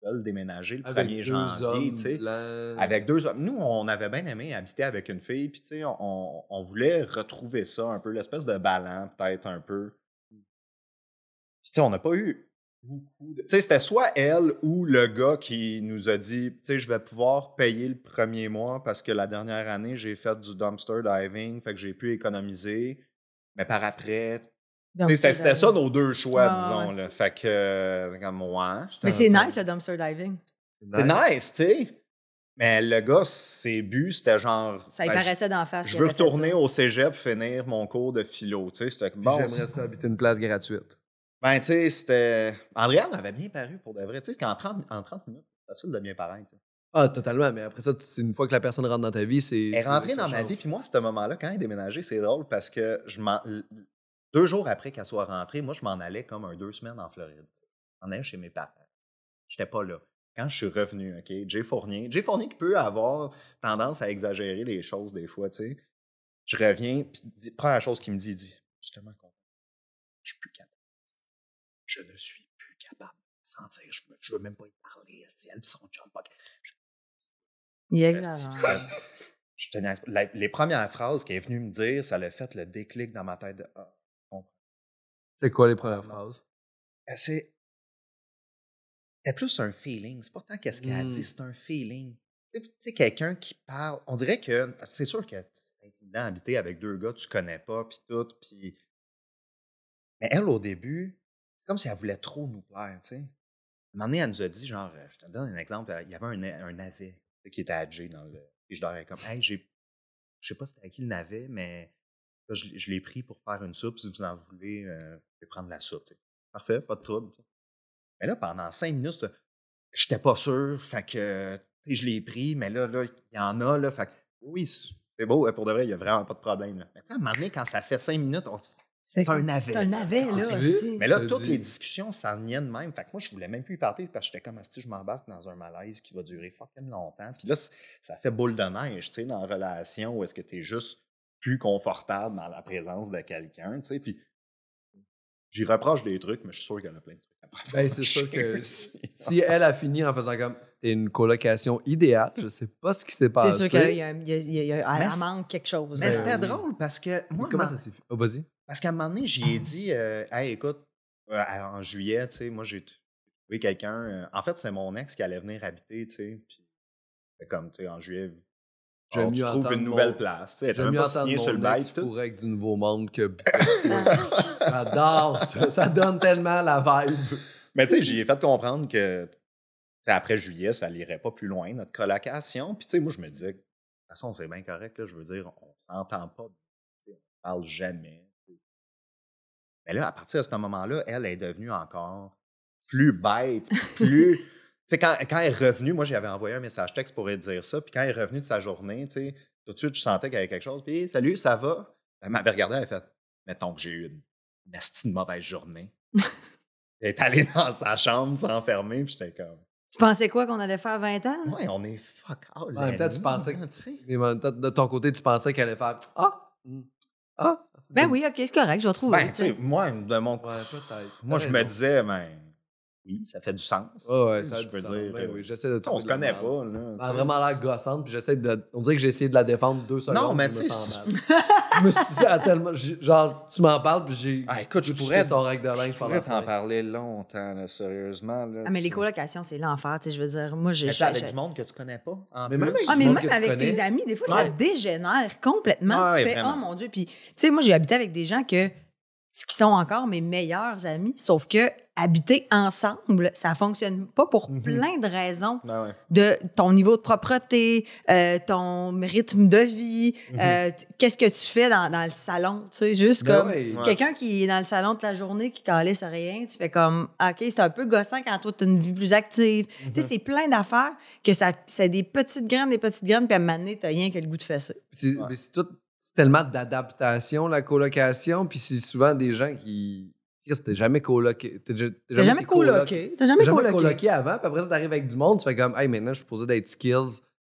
veulent déménager le Avec premier deux janvier, hommes tu sais. blancs. Avec deux hommes. Nous, on avait bien aimé habiter avec une fille, puis tu sais, on, on voulait retrouver ça un peu, l'espèce de ballon, peut-être un peu. Puis tu sais, on n'a pas eu beaucoup de... Tu sais, c'était soit elle ou le gars qui nous a dit, tu sais, je vais pouvoir payer le premier mois parce que la dernière année, j'ai fait du dumpster diving, fait que j'ai pu économiser. Mais par après, tu sais, c'était c'était ça nos deux choix, Ouais, disons. ouais. Là. Fait que, euh, comme moi, Mais c'est nice, le dumpster diving. c'est nice, tu sais. Mais le gars, ses buts, c'était genre. Ça y ben, paraissait d'en face. Je qu'il veux avait fait retourner ça. au cégep, finir mon cours de philo. Tu sais, c'était Puis bon. j'aimerais ça habiter une place gratuite. Ben, tu sais, c'était. Andréane avait bien paru pour de vrai. Tu sais, qu'en trente, en trente minutes, c'est facile de bien paraître. Ah, totalement. Mais après ça, c'est une fois que la personne rentre dans ta vie, c'est. Elle est c'est rentrée là que dans ça ma change. vie, puis moi, à ce moment-là, quand elle est déménagée, c'est drôle parce que je m'en. Deux jours après qu'elle soit rentrée, moi, je m'en allais comme un deux semaines en Floride. Je m'en allais chez mes parents. J'étais pas là. Quand je suis revenu, OK, Jay Fournier, Jay Fournier qui peut avoir tendance à exagérer les choses des fois, tu sais. Je reviens, puis dit- première chose qu'il me dit, il dit, je suis tellement content. Je suis plus capable. Je ne suis plus capable de sentir. Je ne veux même pas y parler. esti, Elle et son job. Il Esti, exagère. ça- je tenais à- la- Les premières phrases qu'elle est venue me dire, ça l'a fait le déclic dans ma tête de ah, bon. C'est quoi les premières phrases? Ben, C'est C'était plus un feeling. C'est pas tant qu'est-ce qu'elle a Mm. dit, c'est un feeling. Tu sais- tu sais, quelqu'un qui parle. On dirait que c'est sûr que c'est intimidant d'habiter avec deux gars que tu connais pas, puis tout. Puis... Mais elle, au début, c'est comme si elle voulait trop nous plaire, tu sais. À un moment donné, elle nous a dit, genre, euh, je te donne un exemple, il y avait un, un navet qui était à Jay dans le. Et je dormais comme, hey, j'ai. Je sais pas c'était à qui le navet, mais là, je, je l'ai pris pour faire une soupe. Si vous en voulez, euh, vous pouvez prendre la soupe, tu sais. Parfait, pas de trouble. Mais là, pendant cinq minutes, j'étais pas sûr. Fait que, tu sais, je l'ai pris, mais là, là, il y en a, là. Fait que, oui, c'est beau, pour de vrai, il y a vraiment pas de problème, là. Mais tu sais, à un moment donné, quand ça fait cinq minutes, on se dit, c'est un navet. C'est un navet, là. Tu vu? aussi. mais là, T'as toutes dit. les discussions s'enlignaient de même. Fait que moi, je voulais même plus y parler parce que j'étais comme, si je m'embarque dans un malaise qui va durer fucking longtemps. Puis là, c- ça fait boule de neige, tu sais, dans la relation où est-ce que tu es juste plus confortable dans la présence de quelqu'un, tu sais. Puis j'y reproche des trucs, mais je suis sûr qu'il y en a plein de trucs. à Ben, c'est sûr reprocher que aussi. si elle a fini en faisant comme c'était une colocation idéale, je sais pas ce qui s'est C'est passé. sûr qu'il y a, il y a- il y a- il y a- Mais elle c'est- manque quelque chose. Mais Ben c'était oui. drôle parce que moi, Comment ma- ça s'est fait? Oh, vas-y. parce qu'à un moment donné, j'y ai dit, euh, hey, écoute, euh, en juillet, tu sais, moi, j'ai t- trouvé quelqu'un. euh, en fait, c'est mon ex qui allait venir habiter, tu sais. Puis, c'est comme, tu sais, en juillet, J'aime oh, mieux tu trouves entendre une mon- nouvelle place. Tu sais, elle J'aime même mieux pas entendre signé sur le mon bail. ex tout. fourrer avec du nouveau monde que J'adore ça. Ça donne tellement la vibe. Mais tu sais, j'y ai fait comprendre que, tu sais, après juillet, ça n'irait pas plus loin, notre colocation. Puis, tu sais, moi, je me disais, de toute façon, c'est bien correct, là. Je veux dire, on s'entend pas. Tu sais, on parle jamais. Mais là, à partir de ce moment-là, elle est devenue encore plus bête, plus. Tu sais, quand, quand elle est revenue, moi, j'avais envoyé un message texte pour elle dire ça. Puis quand elle est revenue de sa journée, tu sais, tout de suite, je sentais qu'il y avait quelque chose. Puis, salut, ça va? Elle m'avait regardé, elle a fait, mettons que j'ai eu une, une asti de mauvaise journée. Elle est allée dans sa chambre, s'enfermer, puis j'étais comme, Tu pensais quoi qu'on allait faire vingt ans? ouais, on est fuck all. En même temps, tu l'année, pensais là, que- tu sais. Mais en même temps, de ton côté, tu pensais qu'elle allait faire Ah! hmm, Ah! c'est Ben bon. oui, OK, c'est correct, je vais trouver. Ben, tu sais, moi, de mon Ouais, peut-être. moi, T'as je me raison. disait, ben, oui, ça fait du sens. Ouais, ouais, Tu sais, ça a je du peux sens. dire, Ben euh, oui, j'essaie de on trouver se de la connaît merde. pas, là. Elle tu a sais. vraiment l'air gossante, puis j'essaie de. On dirait que j'ai essayé de la défendre deux secondes. Non, mais je me tu sais, sens mal. Je me suis dit, ah, tellement. j'ai- Genre, tu m'en parles, puis j'ai. Ah, écoute, je j'ai pourrais, jeté son règle de linge je par pourrais la t'en fenêtre. parler longtemps, là, sérieusement. Là, Ah, mais tu- les colocations, c'est l'enfer, tu sais, je veux dire. Moi, j'ai. Mais tu sais, avec j'ai- du monde que tu connais pas. En Mais plus. même avec Ah, du mais monde même que tu avec connais. tes amis, des fois, ça Ouais. dégénère complètement. Ouais, tu fais, vraiment. oh mon Dieu. Puis, tu sais, moi, j'ai habité avec des gens que, ce qui sont encore mes meilleurs amis, sauf que habiter ensemble, ça fonctionne pas pour Mhm. plein de raisons. Ouais, ouais. De ton niveau de propreté, euh, ton rythme de vie, Mhm. euh, t- qu'est-ce que tu fais dans, dans le salon, tu sais, juste Ben comme ouais. Ouais. quelqu'un qui est dans le salon toute la journée, qui calisse rien, tu fais comme, OK, c'est un peu gossant quand toi, tu as une vie plus active. Tu sais, c'est plein d'affaires que ça, c'est des petites graines, des petites graines, puis à un moment donné, t'as rien que le goût de fesser. Puis C'est Ouais. mais c'est tout. C'est tellement d'adaptation, la colocation, puis c'est souvent des gens qui. Chris, t'es jamais coloqué. T'es ja- t'es T'as jamais été coloc- coloqué. T'as T'es jamais jamais coloqué. coloqué avant, puis après ça, t'arrives avec du monde, tu fais comme, hey, maintenant, je suis supposé d'être skills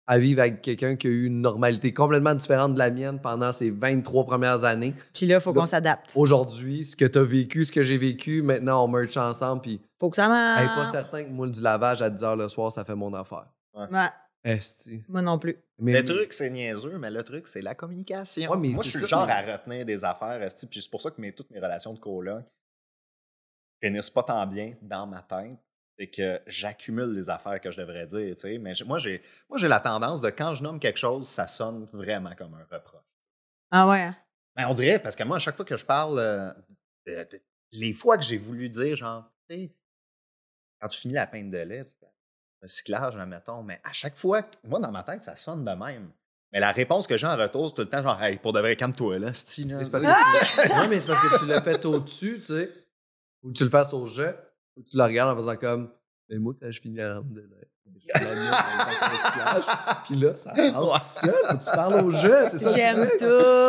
à vivre avec quelqu'un qui a eu une normalité complètement différente de la mienne pendant ces vingt-trois premières années. Puis là, il faut Là, qu'on s'adapte. Aujourd'hui, ce que tu as vécu, ce que j'ai vécu, maintenant, on merge ensemble. Puis, Faut que ça marche. hey, pas certain que moi, du lavage à dix heures le soir, ça fait mon affaire. Ouais, Esti. moi non plus. Mais, Le truc, c'est niaiseux, mais le truc, c'est la communication. Ouais, mais Moi, c'est je suis ça, le genre mais- à retenir des affaires, esti, puis c'est pour ça que mes, toutes mes relations de coloc finissent pas tant bien dans ma tête. C'est que j'accumule les affaires que je devrais dire, tu sais. Mais j'ai- moi, j'ai moi, j'ai la tendance de, quand je nomme quelque chose, ça sonne vraiment comme un reproche. Ah ouais, hein? Ben, on dirait, parce que moi, à chaque fois que je parle, euh, de- de- les fois que j'ai voulu dire, genre, tu sais, quand tu finis la pinte de lait, le cyclage, mettons, mais à chaque fois, moi, dans ma tête, ça sonne de même. Mais la réponse que j'ai en retour, c'est tout le temps genre, hey, pour de vrai, calme-toi, là, c'ti, là. mais c'est parce que tu... non, mais c'est parce que tu l'as fait au-dessus, tu sais. Ou tu le fasses au jet, ou tu le regardes en faisant comme. Mais moi, quand je finis la rampe de lait, je fais la mienne en tant que recyclage. Puis là, ça passe tout seul. Faut que tu parles au jeu, c'est ça le J'aime truc.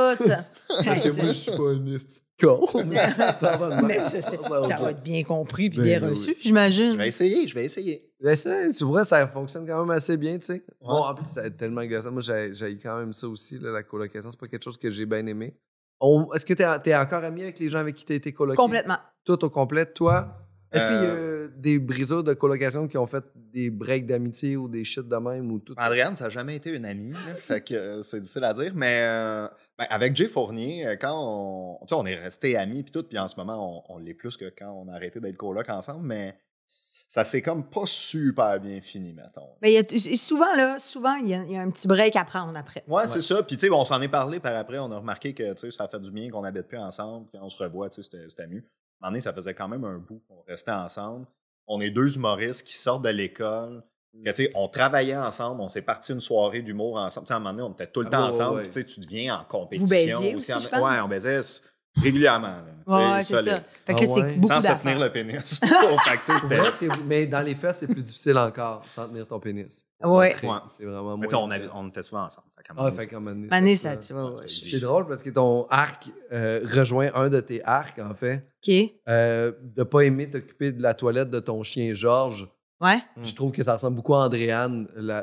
tout. Parce que moi, je suis pas un esti de con. Mais ça, Ça va de même. mais ça, c'est- Ça va au ça jeu. va être bien compris puis Ben bien oui. reçu, Je j'imagine. vais essayer, je vais essayer. J'essaie, tu vois, ça fonctionne quand même assez bien, tu sais. Bon, en plus, ça est tellement gossant. Moi, j'ai j'ai quand même ça aussi, là, la colocation. C'est pas quelque chose que j'ai bien aimé. On- Est-ce que t'es es encore ami avec les gens avec qui t'as été coloqué? Complètement. Tout au complet, toi? Est-ce qu'il y Euh, a des briseurs de colocation qui ont fait des breaks d'amitié ou des shit de même ou tout? Andréane, ça n'a jamais été une amie, là, fait que euh, c'est difficile à dire, mais euh, ben, avec Jay Fournier, euh, quand on, tu sais, on est restés amis puis tout, puis en ce moment, on, on l'est plus que quand on a arrêté d'être coloc ensemble, mais ça s'est comme pas super bien fini, mettons. Mais il y a, souvent, là, souvent, il y, a, il y a un petit break à prendre après. Ouais, c'est ça. Puis, tu sais, on s'en est parlé par après. On a remarqué que, tu sais, ça fait du bien qu'on n'habite plus ensemble. Puis, on se revoit, tu sais, c'était- c'était mieux. À un moment donné, ça faisait quand même un bout qu'on restait ensemble. On est deux humoristes qui sortent de l'école. Que, tu sais, on travaillait ensemble. On s'est parti une soirée d'humour ensemble. Tu sais, à un moment donné, on était tout le Ah, temps ouais, ensemble. ouais, Puis, tu sais, tu deviens en compétition. baisiez aussi, en- je pense? Ouais, on baisait s- régulièrement. là. Tu sais, Ouais, c'est ça. solide. Fait que Ah là, c'est ouais? beaucoup Sans se d'affaires. tenir le pénis. Fait que, tu sais, C'est c'était... vrai, c'est- mais dans les fesses, c'est plus difficile encore, sans tenir ton pénis. Ouais. Très- Ouais. C'est vraiment Mais, moins. tu sais, on, avait- on était souvent ensemble. Fait qu'à un moment Ah, donné, fait qu'à un moment donné, Mané, c'est ça, ça. tu vois. Ouais. C'est drôle parce que ton arc euh, rejoint un de tes arcs, en fait. OK. Euh, de pas aimer t'occuper de la toilette de ton chien Georges. Ouais. Mm. Je trouve que ça ressemble beaucoup à Andréane. La...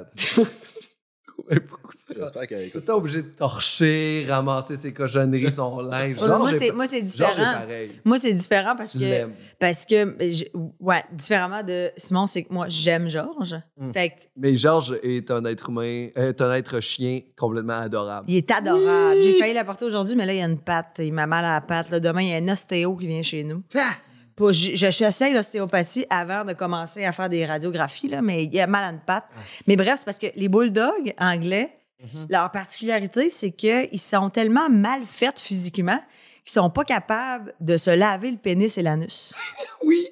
Je trouvais beaucoup ça. J'espère qu'elle écoute. T'es obligé de torcher, ramasser ses cochonneries, son linge. Ouais, moi, Georges est c'est, pa- moi, c'est Georges est différent. pareil. Moi, c'est différent parce Tu que, l'aimes. parce que, je- ouais, différemment de Simon, c'est que moi, j'aime Georges. Mm. Fait que, Mais Georges est un être humain, est un être chien complètement adorable. il est adorable. J'ai failli l'apporter aujourd'hui, mais là, il y a une patte. Il m'a mal à la patte. Là, demain, il y a un ostéo qui vient chez nous. Pas- Je, je j'essaye l'ostéopathie avant de commencer à faire des radiographies, là, mais il a mal à une patte. Mais bref, c'est parce que les bulldogs anglais, leur particularité, c'est qu'ils sont tellement mal faits physiquement qu'ils sont pas capables de se laver le pénis et l'anus. Oui.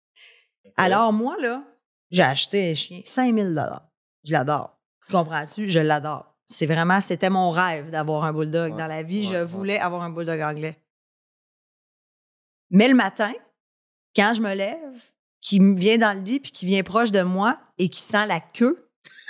Alors, moi, là, j'ai acheté un chien, cinq mille dollars. Je l'adore. Comprends-tu? Je l'adore. C'est vraiment, c'était mon rêve d'avoir un bulldog Ouais, dans la vie. ouais, je ouais. voulais avoir un bulldog anglais. Mais le matin, quand je me lève, qui me vient dans le lit puis qui vient proche de moi et qui sent la queue,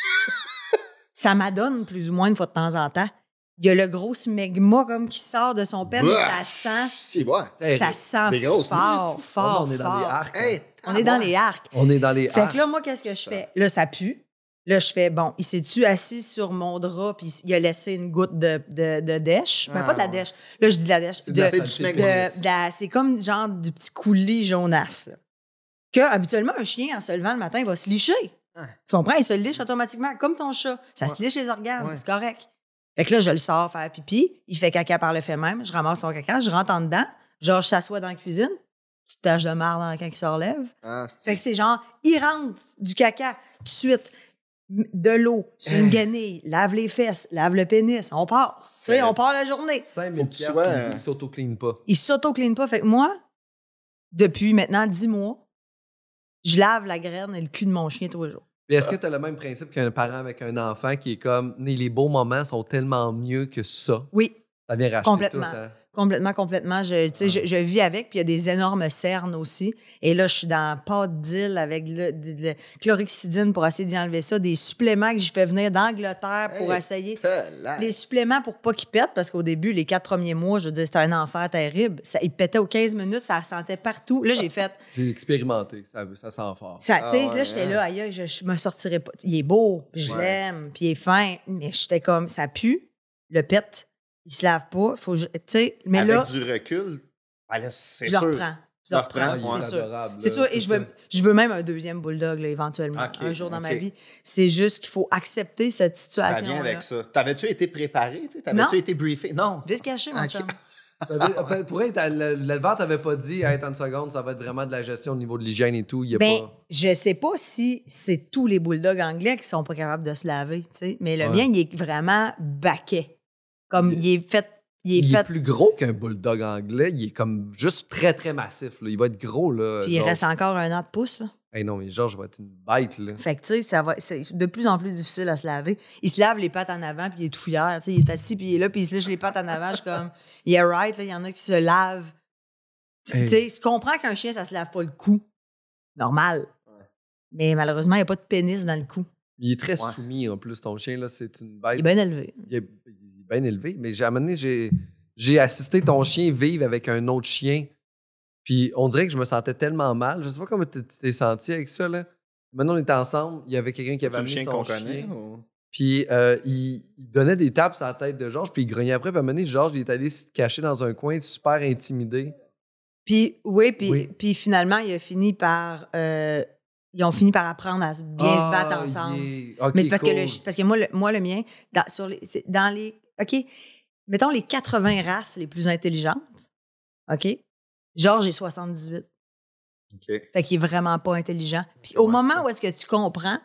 ça m'adonne plus ou moins une fois de temps en temps. Il y a le gros smegma comme qui sort de son père, mais ça sent, Si, ouais. ça sent des grosses fort, nuits, fort, on est dans fort. les arcs. Hey, On est dans les arcs. On est dans les Fait arcs. que là, moi, qu'est-ce que je fais? Là, ça pue. Là, je fais, bon, il s'est-tu assis sur mon drap puis il a laissé une goutte de, de, de dèche? Ben, Ah, pas de la ouais. dèche. Là, je dis de la dèche. C'est de la De- saleté de- de de- pénis. de la- c'est comme genre du petit coulis jaunasse. là. Que, habituellement, un chien, en se levant le matin, il va se licher. Ouais. Tu comprends? Il se liche automatiquement, comme ton chat. Ça Ouais. se liche les organes, Ouais. c'est correct. Fait que là, je le sors faire pipi. Il fait caca par le fait même. Je ramasse son caca, je rentre en dedans. Genre, je s'assois dans la cuisine. Petite tache de marde quand il se relève. Ah, c'est- Fait que c'est genre, il rentre du caca tout de suite. M- De l'eau sur une guenille, lave les fesses, lave le pénis, on part. Tu sais, Fait- on part la journée. cinq Faut mille que tu piastres, sois, puis euh, il s'auto-clean pas. Il s'auto-clean pas. Fait que moi, depuis maintenant dix mois, je lave la graine et le cul de mon chien tous les jours. Mais est-ce que tu as le même principe qu'un parent avec un enfant qui est comme, mais les beaux moments sont tellement mieux que ça? Oui, Ça vient racheter Complètement. tout, hein? Complètement, complètement. Je, tu sais, je, je vis avec, puis il y a des énormes cernes aussi. Et là, je suis dans pas de deal avec le, de, de- chlorhexidine pour essayer d'y enlever ça. Des suppléments que je fais venir d'Angleterre pour Hey, essayer. là. Les suppléments pour pas qu'ils pètent, parce qu'au début, les quatre premiers mois, je veux dire, c'était un enfer terrible. Ça, ils pétaient aux quinze minutes, ça sentait partout. Là, j'ai fait... J'ai expérimenté, ça, ça sent fort. Ça, tu sais, Ah ouais, là, j'étais hein? là, aïe, je, je me sortirais pas. Il est beau, puis je Ouais. l'aime, puis il est fin, mais j'étais comme, ça pue, le pète, il se lave pas, faut, que je- tu sais, mais Avec là, du recul, ah là, c'est je le sûr. reprends. Je Tu le le reprends, reprends, ouais. c'est sûr. adorable, C'est là, sûr, et je veux, ça. je veux même un deuxième bulldog, là, éventuellement, Ok, un jour dans ma ok. vie. C'est juste qu'il faut accepter cette Ça situation. vient avec ça. T'avais-tu été préparé? tu sais? Non. T'avais-tu été briefé? Non. Laisse cacher, mon Ok. chum. T'avais- Pour être, l'éleveur t'avait pas dit, hey, attends une seconde, ça va être vraiment de la gestion au niveau de l'hygiène et tout. Il y a Ben, pas. je sais pas si c'est tous les bulldogs anglais qui sont pas capables de se laver, tu sais, mais le Ouais. mien, il est vraiment baquet. Comme, Il- il est fait... Il est Il fait est plus gros qu'un bulldog anglais. Il est comme juste très, très massif. Là. Il va être gros. Là, Puis il George. reste encore un an de pouce. Là. Hey, non, mais Georges va être une bête. Là. Fait que, tu sais, ça va, c'est de plus en plus difficile à se laver. Il se lave les pattes en avant, puis il est tout fier. Tu sais, il est assis, puis il est là, puis il se lèche les pattes en avant. Je suis comme, yeah, right, là, il y en a qui se lavent. Tu Hey. sais, je comprends qu'un chien, ça se lave pas le cou. Normal. Mais malheureusement, il n'y a pas de pénis dans le cou. Il est très Ouais. soumis en plus, ton chien. Là, c'est une Il bête. est bien élevé. Il est, il est bien élevé. Mais j'ai, à un moment donné, j'ai, j'ai assisté ton chien vivre avec un autre chien. Puis on dirait que je me sentais tellement mal. Je sais pas comment tu tu t'es senti avec ça. Là. Maintenant, on était ensemble. Il y avait quelqu'un qui avait C'est le amené chien son qu'on chien. connaît? ou- Puis euh, il, il donnait des tapes sur la tête de Georges, puis il grognait après. Puis à un moment donné, Georges il est allé se cacher dans un coin, super intimidé. Puis, oui, puis, Oui. puis finalement, il a fini par. euh, ils ont fini par apprendre à se bien se battre Ah, ensemble. il est- ok, Mais c'est parce, cool. que le, parce que moi, le, moi, le mien, dans, sur les, c'est dans les. OK. Mettons les quatre-vingts races les plus intelligentes. OK. Georges est soixante-dix-huit. OK. Fait qu'il est vraiment pas intelligent. Puis C'est au ouais, moment ça. où est-ce que tu comprends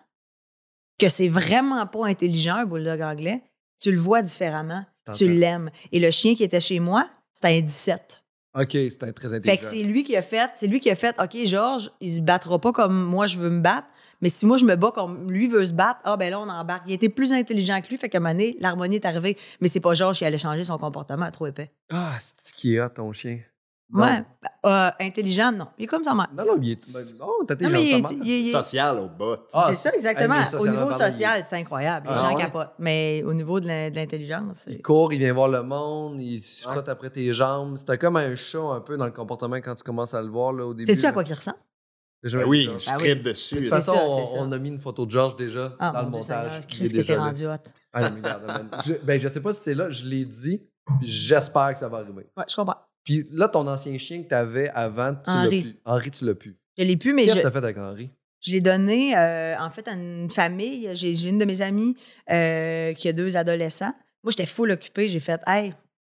que c'est vraiment pas intelligent, un bulldog anglais, tu le vois différemment. T'entends. Tu l'aimes. Et le chien qui était chez moi, c'était un dix-sept. Ok, c'était très Fait intelligent. que c'est lui qui a fait, c'est lui qui a fait, OK, Georges, il se battra pas comme moi je veux me battre, mais si moi je me bats comme lui veut se battre, ah ben là on embarque. Il était plus intelligent que lui, fait qu'à un moment donné, l'harmonie est arrivée. Mais c'est pas Georges qui allait changer son comportement, trop épais. Ah, c'est qui est hot, ton chien. Non. Ouais. Euh, intelligent, non. Il est comme sa mère. Non, non, il est. ben, oh, t'as Non, mais il intelligent, est- ça il est- il est- Social au bout. Ah, c'est ça, c'est- exactement. hey, mais Au socialement niveau parlant, social, c'est incroyable. Les Ah, gens ouais? capotent. Mais au niveau de l'in- de l'intelligence, c'est. Il court, il vient voir le monde, il se Ouais. frotte après tes jambes. C'était comme un chat un peu dans le comportement quand tu commences à le voir là, au début. Sais-tu à là. quoi qu'il ressemble? J'ai jamais Ben oui, vu Georges. je Ah oui. tripe De dessus. toute C'est façon, ça, on, c'est ça. on a mis une photo de Georges déjà Ah, dans mon le Dieu montage. Seigneur, Il Chris est qui était déjà là. rendu hot. Ah, non, mais regarde, man. je, ben, je sais pas si c'est là, je l'ai dit, puis j'espère que ça va arriver. Ouais, je comprends. Puis là, ton ancien chien que tu avais avant, tu l'as Henri. plus. Henri, tu l'as plus. Je l'ai plus, mais Qu'est-ce je, que t'as fait avec Henri? je l'ai donné, euh, en fait, à une famille. J'ai j'ai une de mes amies euh, qui a deux adolescents. Moi, j'étais full occupée. J'ai fait, hey,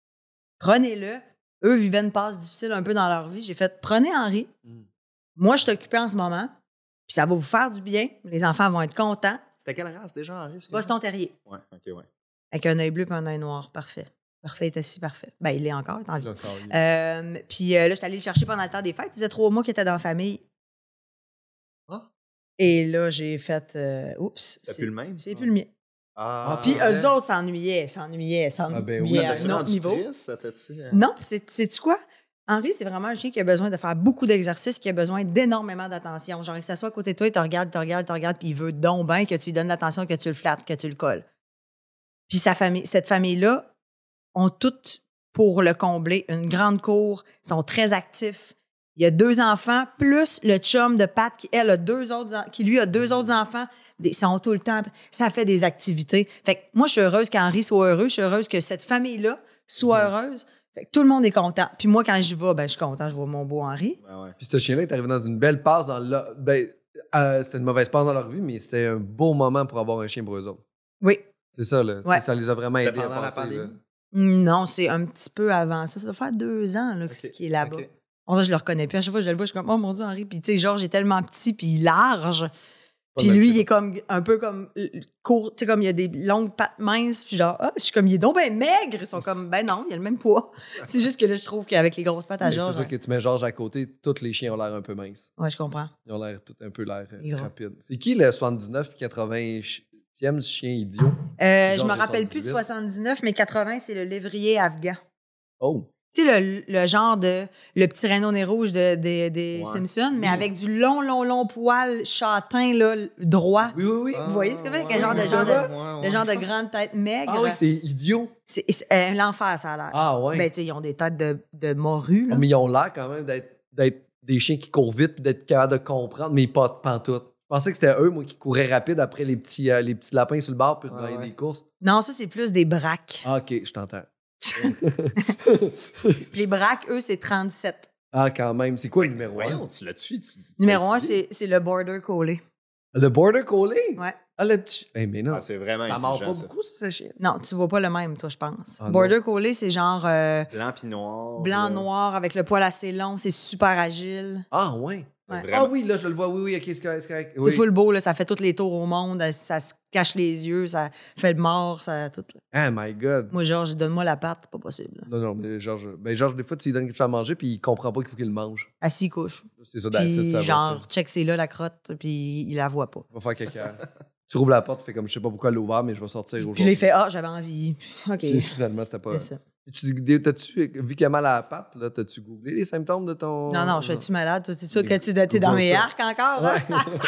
prenez-le. Eux vivaient une passe difficile un peu dans leur vie. J'ai fait, prenez Henri. Mm. Moi, je suis occupée en ce moment. Puis ça va vous faire du bien. Les enfants vont être contents. C'était quelle race déjà, Henri? excuse-moi? Boston Terrier. Ouais, OK, ouais. Avec un œil bleu et un œil noir. Parfait. Parfait, il est assis, parfait. Ben, il est encore, il est en vie. Encore, il- Euh, puis euh, là, j'étais allée le chercher pendant le temps des fêtes. Il faisait trois mois qu'il était dans la famille. Ah. Et là, j'ai fait, euh, oups. C'était plus le même? C'est plus le mien. Ah, Puis Ah, eux ouais. autres s'ennuyaient, s'ennuyaient, s'ennuyaient ben oui, à t'as-tu un autre rendu niveau. triste? Ça t'a-tu, euh, Non, c'est- sais-tu quoi? Henri, c'est vraiment un chien qui a besoin de faire beaucoup d'exercices, qui a besoin d'énormément d'attention. Genre, que ça soit à côté de toi, il te regarde, il te regarde, il te regarde, puis il veut donc bien que tu lui donnes l'attention, que tu le flattes, que tu le colles. Puis sa famille, cette famille-là ont toutes, pour le combler, une grande cour, sont très actifs. Il y a deux enfants, plus le chum de Pat, qui, elle, a deux autres, en- qui lui a deux autres enfants. Ils sont tout le temps, ça fait des activités. Fait que moi, je suis heureuse qu'Henri soit heureux. Je suis heureuse que cette famille-là soit heureuse. Fait que tout le monde est content. Puis moi, quand j'y vais, ben, je suis content. Je vois mon beau Henri. Ouais, ouais. Puis ce chien-là est arrivé dans une belle passe dans le. Ben, euh, c'était une mauvaise passe dans leur vie, mais c'était un beau moment pour avoir un chien pour eux autres. Oui. C'est ça, là. Ouais. Tu sais, ça les a vraiment C'était aidés à pendant la passer, là. pandémie? Non, c'est un petit peu avant ça. Ça doit faire deux ans là, Ok, qu'il est là-bas. ok. On dirait que je le reconnais plus. À chaque fois que je le vois, je suis comme, oh mon Dieu, Henri. Puis, tu sais, Georges est tellement petit, puis large. Puis mal lui, fait. il est comme un peu comme euh, court, tu sais, comme il y a des longues pattes minces. Puis genre, ah, je suis comme, il est donc ben maigre. Ils sont comme, ben non, il a le même poids. C'est juste que là, je trouve qu'avec les grosses pattes à Mais C'est Georges. ça que tu mets Georges à côté, tous les chiens ont l'air un peu minces. Ouais, je comprends. Ils ont l'air tout un peu l'air euh, Il est gros. rapide. C'est qui le soixante-dix-neuf puis quatre-vingtième chien idiot? Euh, je Georges me est rappelle plus de soixante-dix-huit. soixante-dix-neuf, mais quatre-vingts, c'est le lévrier afghan. Oh! Tu sais, le, le genre de. Le petit rhino nez rouge de, de- des Ouais. Simpsons, mais Oui. avec du long, long, long poil châtain, là, droit. Oui, oui, oui. Vous voyez ce que c'est? Ah, Quel genre de- ouais, genre de- ouais, ouais, Le genre de ouais. grande tête maigre. Ah oui, c'est idiot. C'est c'est, euh, l'enfer, ça a l'air. Ah ouais. Ben, tu sais, ils ont des têtes de, de morue, là. Ah, mais ils ont l'air quand même d'être, d'être des chiens qui courent vite puis d'être capables de comprendre, mais pas pantoute. Je pensais que c'était eux, moi, qui couraient rapide après les petits, euh, les petits lapins sur le bord puis Ouais, gagner ouais. des courses. Non, ça, c'est plus des braques. Ah, OK, je t'entends. Les braques, eux, c'est trente-sept. Ah, quand même. C'est quoi le numéro Voyons, un? tu l'as-tu? tu- tu Numéro l'as-tu un, dit? c'est c'est le Border Collie. Le Border Collie? Ouais. Ah, le petit... Eh, mais non. Ah, c'est vraiment ça mord intelligent, pas ça. beaucoup, ça, ce chien. Non, tu vois pas le même, toi, je pense. Ah, Border Collie, c'est genre euh, Blanc puis noir. là. blanc-noir avec le poil assez long. C'est super agile. Ah, ouais. Ouais. Vraiment. Ah oui, là, je le vois. Oui, oui, OK, c'est correct. C'est correct. C'est Oui. full beau, là. Ça fait tous les tours au monde. Ça se cache les yeux. Ça fait le mort. Ça, tout, là. Oh my God. Moi, Georges, donne-moi la patte. Pas possible. là. Non, non, mais Georges... Ben, Georges, des fois, tu lui donnes quelque chose à manger puis il comprend pas qu'il faut qu'il le mange. Assis, couche. C'est ça, that's it, Puis, ça va, genre, ça. check, c'est là la crotte. Puis, il la voit pas. Va faire caca. Tu rouvres la porte, tu fais comme je sais pas pourquoi elle l'a ouvert, mais je vais sortir aujourd'hui. Puis là, il fait Ah, j'avais envie. OK. Puis finalement, c'était pas. C'est ça. Tu, t'as-tu, vu qu'il a mal à la patte, là, t'as-tu googlé les symptômes de ton. Non, non, je suis malade. Toi, c'est sûr Mais que tu t'es dans Google mes ça. arcs encore. Hein?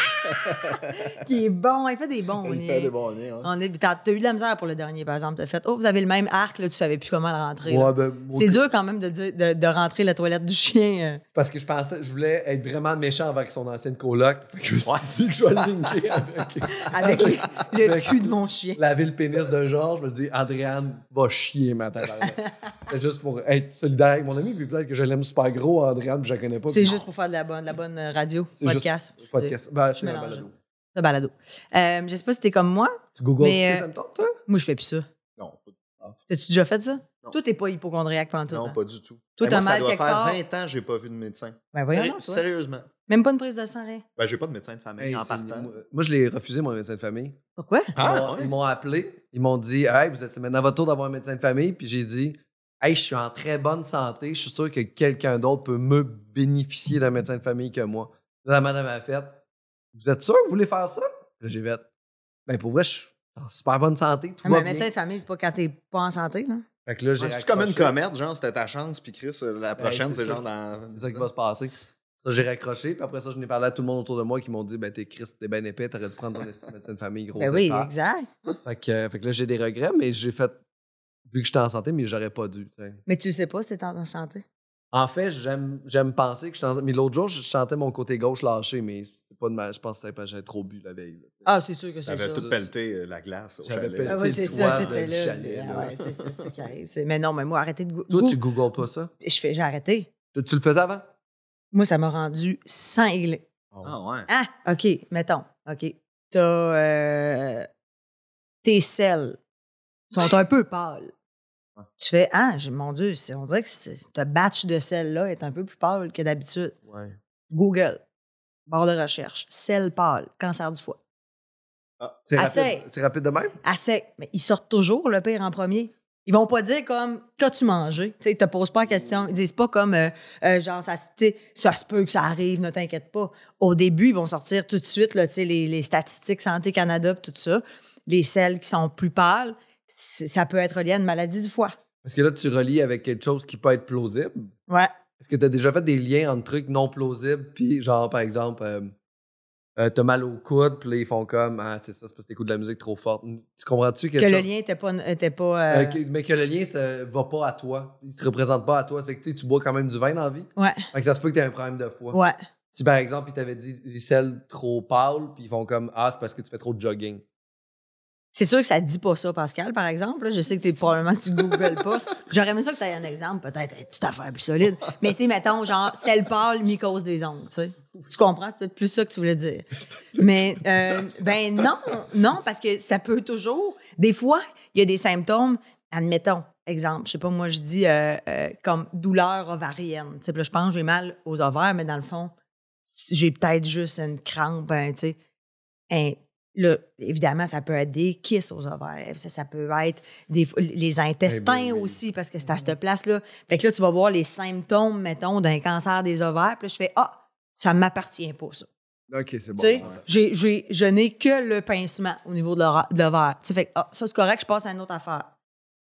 Qui est bon. Il fait des bons. Il liens. fait des bons liens, hein. On est, t'as, t'as eu de la misère pour le dernier, par exemple. T'as fait, oh, vous avez le même arc, là, tu savais plus comment le rentrer. là. Ouais, ben, moi, C'est dur quand même de, dire- de, de rentrer la toilette du chien. euh. Parce que je pensais, je voulais être vraiment méchant avec son ancienne coloc. Fait que je me suis dit que je vais le linker avec. Avec le, le Avec- cul de mon chien. Laver le pénis de Georges, je me dis, Andréane va chier ma tête. C'est juste pour être solidaire avec mon ami, puis peut-être que je l'aime super gros, Andréane, puis je la connais pas. C'est puis- juste pour faire de la bonne, de la bonne euh, radio, C'est juste- podcast. Podcast. Ben, Je c'est un mélange. balado. Le balado. Euh, je sais pas si t'es comme moi. Tu googles Mais, tes euh, symptômes, toi? Moi, je fais plus ça. Non, pas du T'as-tu déjà fait ça? Non. Toi, t'es pas hypochondriaque pendant tout. Non, hein? pas du tout. Toi, Ben, t'as moi, mal ça doit quelque faire part? vingt ans que j'ai pas vu de médecin. Ben voyons Séri- donc, toi. Sérieusement. Même pas une prise de sang, rien. Ben, j'ai pas de médecin de famille Hey, en c'est- partant. moi, moi, je l'ai refusé, mon médecin de famille. Pourquoi? Ils Ah, m'ont- ouais. Ils m'ont appelé, ils m'ont dit Hey, vous êtes c'est maintenant votre tour d'avoir un médecin de famille. Puis j'ai dit Hey, je suis en très bonne santé, je suis sûr que quelqu'un d'autre peut me bénéficier d'un médecin de famille que moi. Là, la madame a fait Vous êtes sûr que vous voulez faire ça? Là, j'ai fait Ben, pour vrai, je suis en super bonne santé, tout Ah, va mais un bien. médecin de famille, c'est pas quand t'es pas en santé, là. Fait que là, j'ai Ouais, C'est-tu comme une raccroché. comète, genre, c'était ta chance, puis Chris, euh, la prochaine, c'est c'est ça. genre dans. C'est ça qui va se passer. Ça, j'ai raccroché. Puis après ça, je n'ai parlé à tout le monde autour de moi qui m'ont dit Ben, t'es Chris, t'es bien épais, t'aurais dû prendre ton esti de médecin de famille, gros. Ben c'est oui, tard. exact. Fait que, euh, fait que là, j'ai des regrets, mais j'ai fait. Vu que j'étais en santé, mais j'aurais pas dû. t'sais. Mais tu sais pas si t'es en santé. En fait, j'aime j'aime penser que je chantais. Mais l'autre jour, je chantais mon côté gauche lâché, mais c'est pas de ma. Je pense que c'était parce que j'avais trop bu la veille. là, t'sais. Ah, c'est sûr que c'est T'avais ça. tout pelleté euh, la glace au J'avais chalet. pelleté. Ah oui, C'est c'est le ça, toit t'étais du là. chalet, Ah là. ouais, c'est ça, c'est ça qui arrive. C'est- Mais non, mais moi, arrêtez de go- Toi, go- tu googles pas ça? Je fais, j'ai arrêté. Tu, tu le faisais avant? Moi, ça m'a rendu cinglé. Ah ouais. Ah, OK, mettons. OK. T'as. Euh, tes selles sont un peu pâles. Ouais. Tu fais, ah, j'ai- mon Dieu, c'est- on dirait que c'est- ta batch de selles-là est un peu plus pâle que d'habitude. Ouais. Google, barre de recherche, selles pâles, cancer du foie. C'est Assez. rapide, c'est rapide de même? À sec. Mais ils sortent toujours, le pire, en premier. Ils vont pas dire comme qu'as-tu mangé? Tu sais, ils te posent pas la question. Ils disent pas comme euh, euh, genre ça, se- tu sais, ça se peut que ça arrive, ne t'inquiète pas. Au début, ils vont sortir tout de suite là, tu sais, les, les statistiques Santé Canada pis tout ça. Les selles qui sont plus pâles, c'est- ça peut être lié à une maladie du foie. Parce que là, tu relis avec quelque chose qui peut être plausible. Ouais. Est-ce que tu as déjà fait des liens entre trucs non plausibles, puis genre, par exemple, euh, euh, t'as mal au coude, puis là, ils font comme Ah, c'est ça, c'est parce que t'écoutes de la musique trop forte. Tu comprends-tu Que quelque le chose? lien était pas. Était pas euh, Euh, que- mais que le lien, ça va pas à toi. Il se représente pas à toi. Fait que tu sais, tu bois quand même du vin dans la vie. Ouais. Fait que ça se peut que tu un problème de foie. Ouais. Si par exemple, ils t'avaient dit des selles trop pâles, puis ils font comme Ah, c'est parce que tu fais trop de jogging. C'est sûr que ça te dit pas ça, Pascal, par exemple. là. Je sais que t'es probablement que tu googles pas. J'aurais aimé ça que tu aies un exemple, peut-être une petite affaire plus solide. Mais tu sais, mettons, genre, sel pâle, mycose des ongles, tu sais. Tu comprends? C'est peut-être plus ça que tu voulais dire. Mais, euh, ben non, non, parce que ça peut toujours. Des fois, il y a des symptômes, admettons, exemple, je sais pas, moi, je dis euh, euh, comme douleur ovarienne. Tu sais, puis là, je pense que j'ai mal aux ovaires, mais dans le fond, j'ai peut-être juste une crampe, hein, tu sais. Un- Là, évidemment, ça peut être des kisses aux ovaires. Ça, ça peut être des, les intestins Eh ben oui. aussi, parce que c'est à cette place-là. Fait que là, tu vas voir les symptômes, mettons, d'un cancer des ovaires. Puis là, je fais Ah, ça ne m'appartient pas, ça. Ok, c'est bon. Tu sais, j'ai- j'ai- je n'ai que le pincement au niveau de l'ora- de l'ovaire. Tu sais, fait que, ah, ça, c'est correct, je passe à une autre affaire.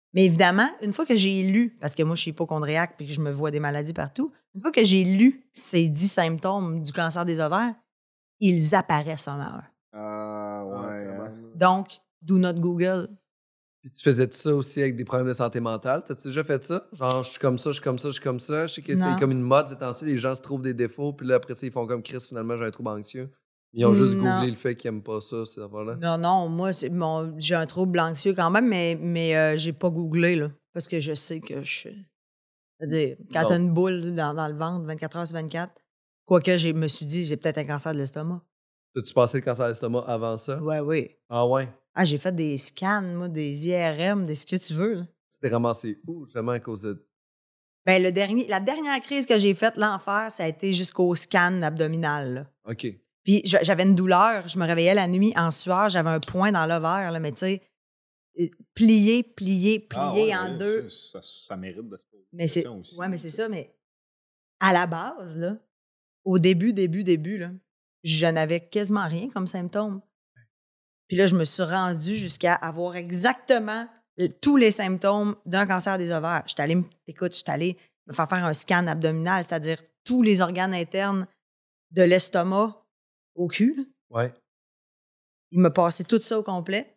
Mais évidemment, une fois que j'ai lu, parce que moi, je suis hypochondriaque puis que je me vois des maladies partout, une fois que j'ai lu ces dix symptômes du cancer des ovaires, ils apparaissent un à un. Ah, ouais. Ah, hein. Donc, do not Google. Puis tu faisais ça aussi avec des problèmes de santé mentale? T'as-tu déjà fait ça? Genre, je suis comme ça, je suis comme ça, je suis comme ça. Je sais que Non. c'est comme une mode ces temps-ci, les gens se trouvent des défauts, puis là, après ça, ils font comme Chris, finalement, j'ai un trouble anxieux. Ils ont juste Non. googlé le fait qu'ils aiment pas ça, ces affaires-là. Non, non, moi, c'est, mon, j'ai un trouble anxieux quand même, mais, mais euh, j'ai pas googlé, là, parce que je sais que je... C'est-à-dire, quand Non. t'as une boule dans, dans le ventre, vingt-quatre heures sur vingt-quatre, quoique je me suis dit, j'ai peut-être un cancer de l'estomac. T'as-tu passé le cancer de l'estomac avant ça? Ouais, oui. Ah ouais? Ah, j'ai fait des scans, moi, des I R M, des ce que tu veux, là. Tu t'es ramassé où, justement, à cause de... Ben, le dernier, la dernière crise que j'ai faite, l'enfer, ça a été jusqu'au scan abdominal, là. OK. Puis je- j'avais une douleur, je me réveillais la nuit en sueur, j'avais un point dans l'ovaire, là, mais tu sais, euh, plié, plié, plié Ah, ouais, en ouais, deux. Ça, ça mérite de se poser Mais des c'est, questions aussi. ouais, mais c'est ça, mais à la base, là, au début, début, début, là, je n'avais quasiment rien comme symptôme. Puis là, je me suis rendue jusqu'à avoir exactement l- tous les symptômes d'un cancer des ovaires. J'étais allée, me- écoute, j'étais allée me faire faire un scan abdominal, c'est-à-dire tous les organes internes de l'estomac au cul, là. Ouais. Il m'a passé tout ça au complet.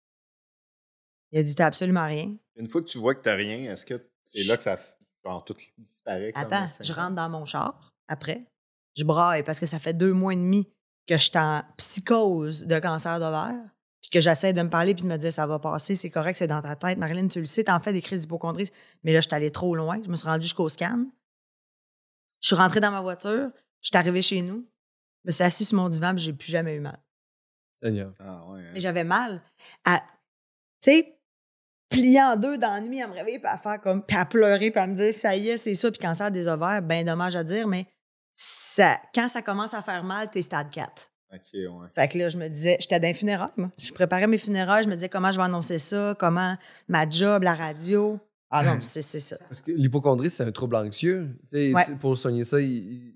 Il a dit, t'as absolument rien. Une fois que tu vois que t'as rien, est-ce que c'est là que ça genre, tout disparaît? Comme Attends, les je symptômes? rentre dans mon char après. Je braille parce que ça fait deux mois et demi que je suis en psychose de cancer d'ovaire. Puis que j'essaie de me parler puis de me dire, ça va passer, c'est correct, c'est dans ta tête. Marilyn, tu le sais, t'en fais des crises d'hypochondrie. Mais là, je suis allée trop loin. Je me suis rendue jusqu'au scan. Je suis rentrée dans ma voiture. Je suis arrivée chez nous. Je me suis assise sur mon divan puis j'ai plus jamais eu mal. Seigneur. Ah, ouais. hein. Mais j'avais mal à, tu sais, plier en deux dans la nuit, à me réveiller, puis à faire comme, puis à pleurer, puis à me dire, ça y est, c'est ça, puis cancer des ovaires, ben dommage à dire, mais ça, quand ça commence à faire mal, t'es stade quatre. OK, ouais. Fait que là, je me disais, j'étais dans les funérailles, moi. Je préparais mes funérailles, je me disais comment je vais annoncer ça, comment ma job, la radio. Ah non, c'est, c'est ça. Parce que l'hypochondrie, c'est un trouble anxieux. Tu sais, Ouais. tu sais, pour soigner ça, il, il,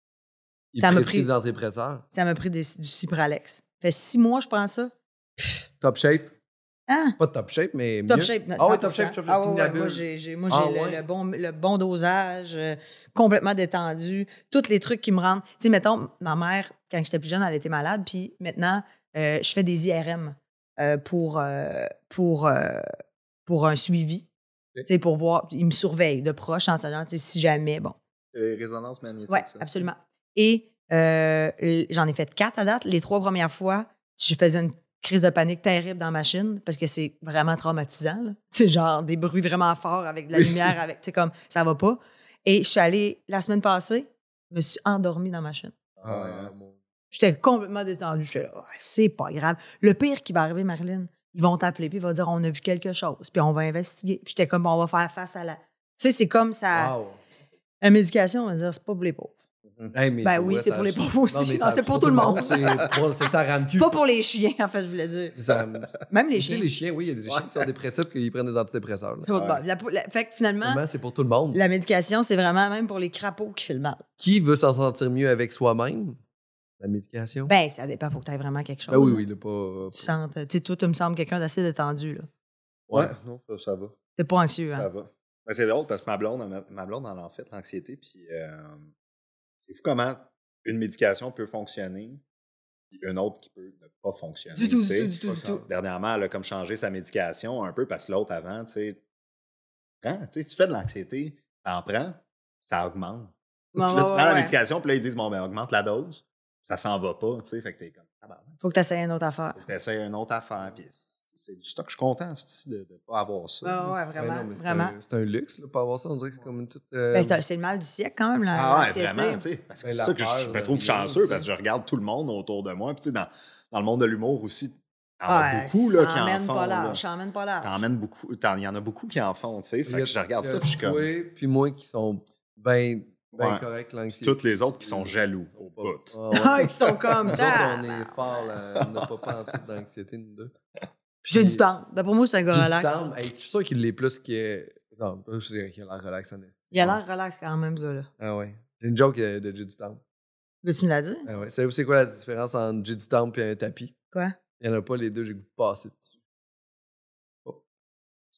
il Ça m'a prescrit pris- des antidépresseurs. Ça m'a pris des- du Cipralex. Fait six mois, je prends ça. Top shape. Ah! Pas top shape, mais Top mieux. shape. Ah oui, cent top pour cent. shape, top shape. Ah ouais, fini la ouais, moi, bulle. j'ai, j'ai, moi, Ah j'ai le, ouais? le bon, le bon dosage, euh, complètement détendu. Tous les trucs qui me rendent... Tu sais, mettons, ma mère, quand j'étais plus jeune, elle était malade. Puis maintenant, euh, je fais des I R M euh, pour, euh, pour, euh, pour un suivi. Ok. Tu sais, pour voir... Ils me surveillent de proche en sachant, tu sais, si jamais... Bon. C'est les résonances magnétiques. Oui, ça, absolument. Et euh, l- j'en ai fait quatre à date. Les trois premières fois, je faisais une crise de panique terrible dans la machine parce que c'est vraiment traumatisant, là. C'est genre des bruits vraiment forts avec de la Oui. lumière, avec, tu sais, comme ça va pas. Et je suis allée la semaine passée, je me suis endormie dans la machine. Ah, ouais, Ah, hein. mon- J'étais complètement détendue. J'étais là, ouais, c'est pas grave. Le pire qui va arriver, Marilyn, ils vont t'appeler puis ils vont dire, on a vu quelque chose, puis on va investiguer. Puis j'étais comme, on va faire face à la. Tu sais, c'est comme ça. Wow. La médication, on va dire, c'est pas pour les pauvres. Hey, mais Ben pour oui, vrai, c'est ça- pour les pauvres aussi. Non, mais Non, ça- c'est pour tout le monde. C'est pour- c'est ça rame C'est pas pour les chiens, en fait, je voulais dire. Ça, Même les aussi, chiens. les chiens, oui, il y a des chiens qui sont dépressifs qu'ils prennent des antidépresseurs. là. C'est pas de base. La- la- fait que finalement, Vraiment, c'est pour tout le monde. la médication, c'est vraiment même pour les crapauds qui fait le mal. Qui veut s'en sentir mieux avec soi-même? La médication? Ben, ça dépend, faut que tu aies vraiment quelque chose. Ben oui, hein. oui, là, pas. Tu sens, tu sais, toi, tu me sembles quelqu'un d'assez détendu, là. Ouais, non, ça, ça va. T'es pas anxieux, Ça hein? va. Ben, c'est drôle parce que ma blonde, ma, ma blonde en a fait l'anxiété, puis euh, c'est fou comment une médication peut fonctionner, puis une autre qui peut ne pas fonctionner. Du tout, tu du sais. tout, du tout, du tout. Dernièrement, elle a comme changé sa médication un peu parce que l'autre avant, tu sais, prends, tu sais, tu fais de l'anxiété, t'en prends, ça augmente. Puis Ouais, là, ouais, tu prends ouais, la ouais. médication, puis là, ils disent, bon, ben, augmente la dose, ça s'en va pas, tu sais, fait que t'es comme, ah ben, Faut que tu essaies une autre affaire. faut que t'essayes une autre affaire, puis c'est- c'est du stock, je suis content, c'ti, de ne pas avoir ça. Ouais, là. ouais, Ouais, vraiment. non, mais c'est vraiment. un, c'est un luxe, là, pas avoir ça. On dirait que c'est comme une toute. euh, Ben, c'est un- c'est le mal du siècle, quand même, la- Ah ouais, l'anxiété. vraiment, tu sais. Parce que Ben, c'est la ça que je, peur, je me le trouve rien, chanceux tu sais. parce que je regarde tout le monde autour de moi. Puis tu sais, dans, dans le monde de l'humour aussi, t'en as Ouais, beaucoup là, ça qui en emmène font. pas là. large, ça emmène pas large. T'en emmènes beaucoup. t'en- Il y en a beaucoup qui en font, tu sais. il Fait y a- que je regarde il y a ça, puis je suis comme. toi, puis moi qui sont ben, ben Ouais. corrects, Puis l'anxiété. toutes les autres qui sont jaloux au Pas- bout. Ah, ouais. Ah, ils sont comme... Nous autres, on est Ah, forts, là. On n'a pas peur en tout d'anxiété, nous deux. J'ai Puis- du temps. D'après moi, c'est un gars J'ai du relax. temps. Hey, je suis sûr qu'il l'est plus que. Non, je dirais qu'il a l'air relax en esti. Il a l'air relax quand même, ce gars-là. Ah ouais. J'ai une joke euh, de J'ai du temps. Veux-tu me la dire? Ah ouais. Savez-vous c'est quoi la différence entre J'ai du temps et un tapis? Quoi? Il n'y en a pas les deux, j'ai goût de passer dessus.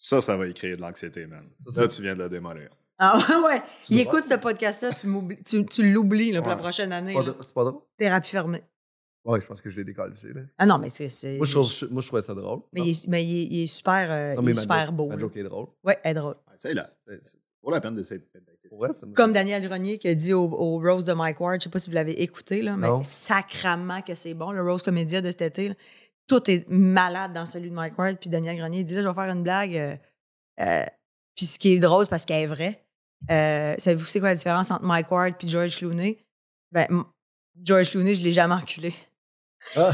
Ça, ça va y créer de l'anxiété, man. Ça, Là, c'est- tu viens de le démolir. Ah ouais, il dois écoute ce podcast-là, tu, m'oublies- tu, tu l'oublies là, pour la Ouais. prochaine année. C'est pas, là. dr- c'est pas drôle? Thérapie fermée. Ouais, je pense que je l'ai décalissé, là. Ah non, mais c'est... c'est- Moi, je trouve, moi, je trouvais ça drôle. Mais, il est, mais il, est, il est super, euh, Non, il mais est ma super joke- beau. Ma là. joke est drôle. Ouais, elle est drôle. Ouais, c'est là. C'est- c'est- Pour la peine d'essayer de Pour vrai, ça me- Comme Daniel Grenier qui a dit au, au Rose de Mike Ward, je sais pas si vous l'avez écouté, là, mais Non. sacrament que c'est bon, le Rose Comédia de cet été. Là. Tout est malade dans celui de Mike Ward. Puis Daniel Grenier il dit là, je vais faire une blague. Euh, euh, puis ce qui est drôle, c'est parce qu'elle est vraie. Euh, savez-vous c'est quoi la différence entre Mike Ward et George Clooney? Ben, m- George Clooney, je l'ai jamais enculé. Ah!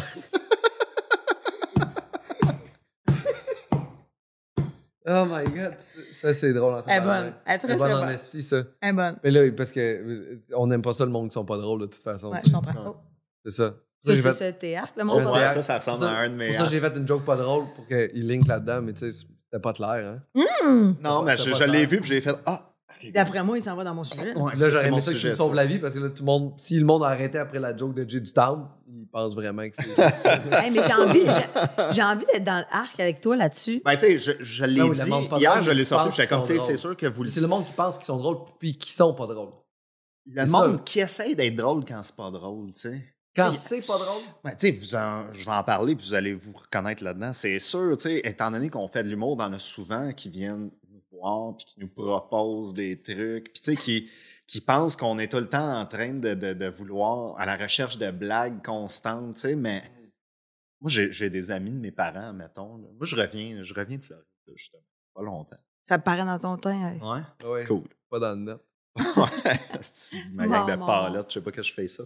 Oh my god, ça, ça, c'est drôle en Elle est tabarnak. bonne. Elle est très, Elle est bonne très en bonne. esti, ça. Elle est bonne. Mais là, parce que euh, on n'aime pas ça le monde qui sont pas drôles de toute façon. Ouais, tu sais. je comprends. Ouais. Oh. C'est ça. Ça, j'ai c'est fait- ce théâtre, le Ouais, monde. c'est- Ouais, Ouais. ça, ça ressemble Pour ça- à un de mes... Pour ça, j'ai fait une joke pas drôle pour qu'il link là-dedans, mais tu sais, c'était pas clair, hein. Hum. Non, mais C'était je, pas je l'ai clair. vu, puis j'ai fait « Ah! ok. D'après moi, il s'en va dans mon sujet. Ouais, Là, ça, j'aurais c'est aimé mon ça que tu sujet, me sauves ça. la vie parce que là, tout le monde, si le monde a arrêté après la joke de Jay du Town, il pense vraiment que c'est juste ça. Hey, mais j'ai envie, j'ai, j'ai envie d'être dans l'arc avec toi là-dessus. Ben, tu sais, je, je l'ai Non, oui, le dit, monde pas hier, drôle, je l'ai qui sorti, pense puis j'étais comme, qu'ils tu sais, sont c'est drôles. sûr que vous le C'est le monde qui pense qu'ils sont drôles puis qui sont pas drôles. Le c'est monde ça. qui essaie d'être drôle quand c'est pas drôle, tu sais. Quand Oui. c'est pas drôle, Ben, tu sais, vous en- je vais en parler, puis vous allez vous reconnaître là-dedans. C'est sûr, tu sais, étant donné qu'on fait de l'humour, il y en a souvent qui viennent nous voir, puis qui nous proposent des trucs, puis tu sais, qui, qui pensent qu'on est tout le temps en train de, de, de vouloir, à la recherche de blagues constantes, tu sais, mais moi, j'ai j'ai des amis de mes parents, mettons. Là. Moi, je reviens, je reviens de Floride, justement, pas longtemps. Ça me paraît dans ton temps. hey. Ouais? ouais, Cool. pas dans le net. Ouais, c'est une maniaque de Maman. palettes, je sais pas que je fais ça.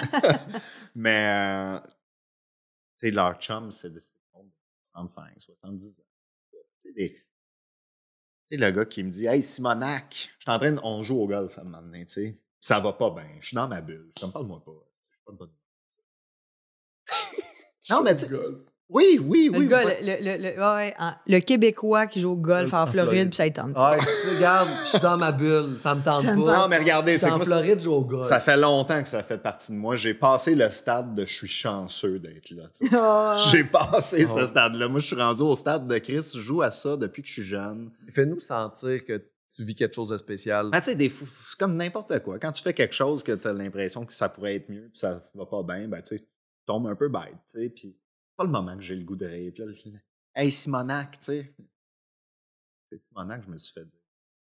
Mais, euh, tu sais, leur chum, c'est de soixante-cinq, soixante-dix ans. Tu sais, des- tu sais, le gars qui me dit « Hey, Simonac, je suis en train de... On joue au golf à un moment donné, tu sais. Ça va pas bien, je suis dans ma bulle. Je me parle-moi pas. Je suis pas de bonne humeur, tu sais. Non, mais tu sais... Oui, oui, oui. Le gars, oui. le, le, le, ouais, ouais, en- le Québécois qui joue au golf en En Floride, Floride. puis ça il tente pas. Ouais, je- regarde, je suis dans ma bulle, ça me tente Ça me pas. Non, mais regardez, Je suis c'est en quoi, Floride, je joue au golf. ça fait longtemps que ça fait partie de moi. J'ai passé le stade de « je suis chanceux d'être là », tu sais. Ah, J'ai passé Oh. ce stade-là. Moi, je suis rendu au stade de Chris. Je joue à ça depuis que je suis jeune. Fais-nous sentir que tu vis quelque chose de spécial. Ah, tu sais, des fous, c'est comme n'importe quoi. Quand tu fais quelque chose que tu as l'impression que ça pourrait être mieux puis ça va pas bien, ben, tu sais, tu tombes un peu bête, tu sais. Puis, c'est pas le moment que j'ai le goût de rire. Puis là, c'est, hey, Simonac, tu sais. C'est Simonac que je me suis fait dire.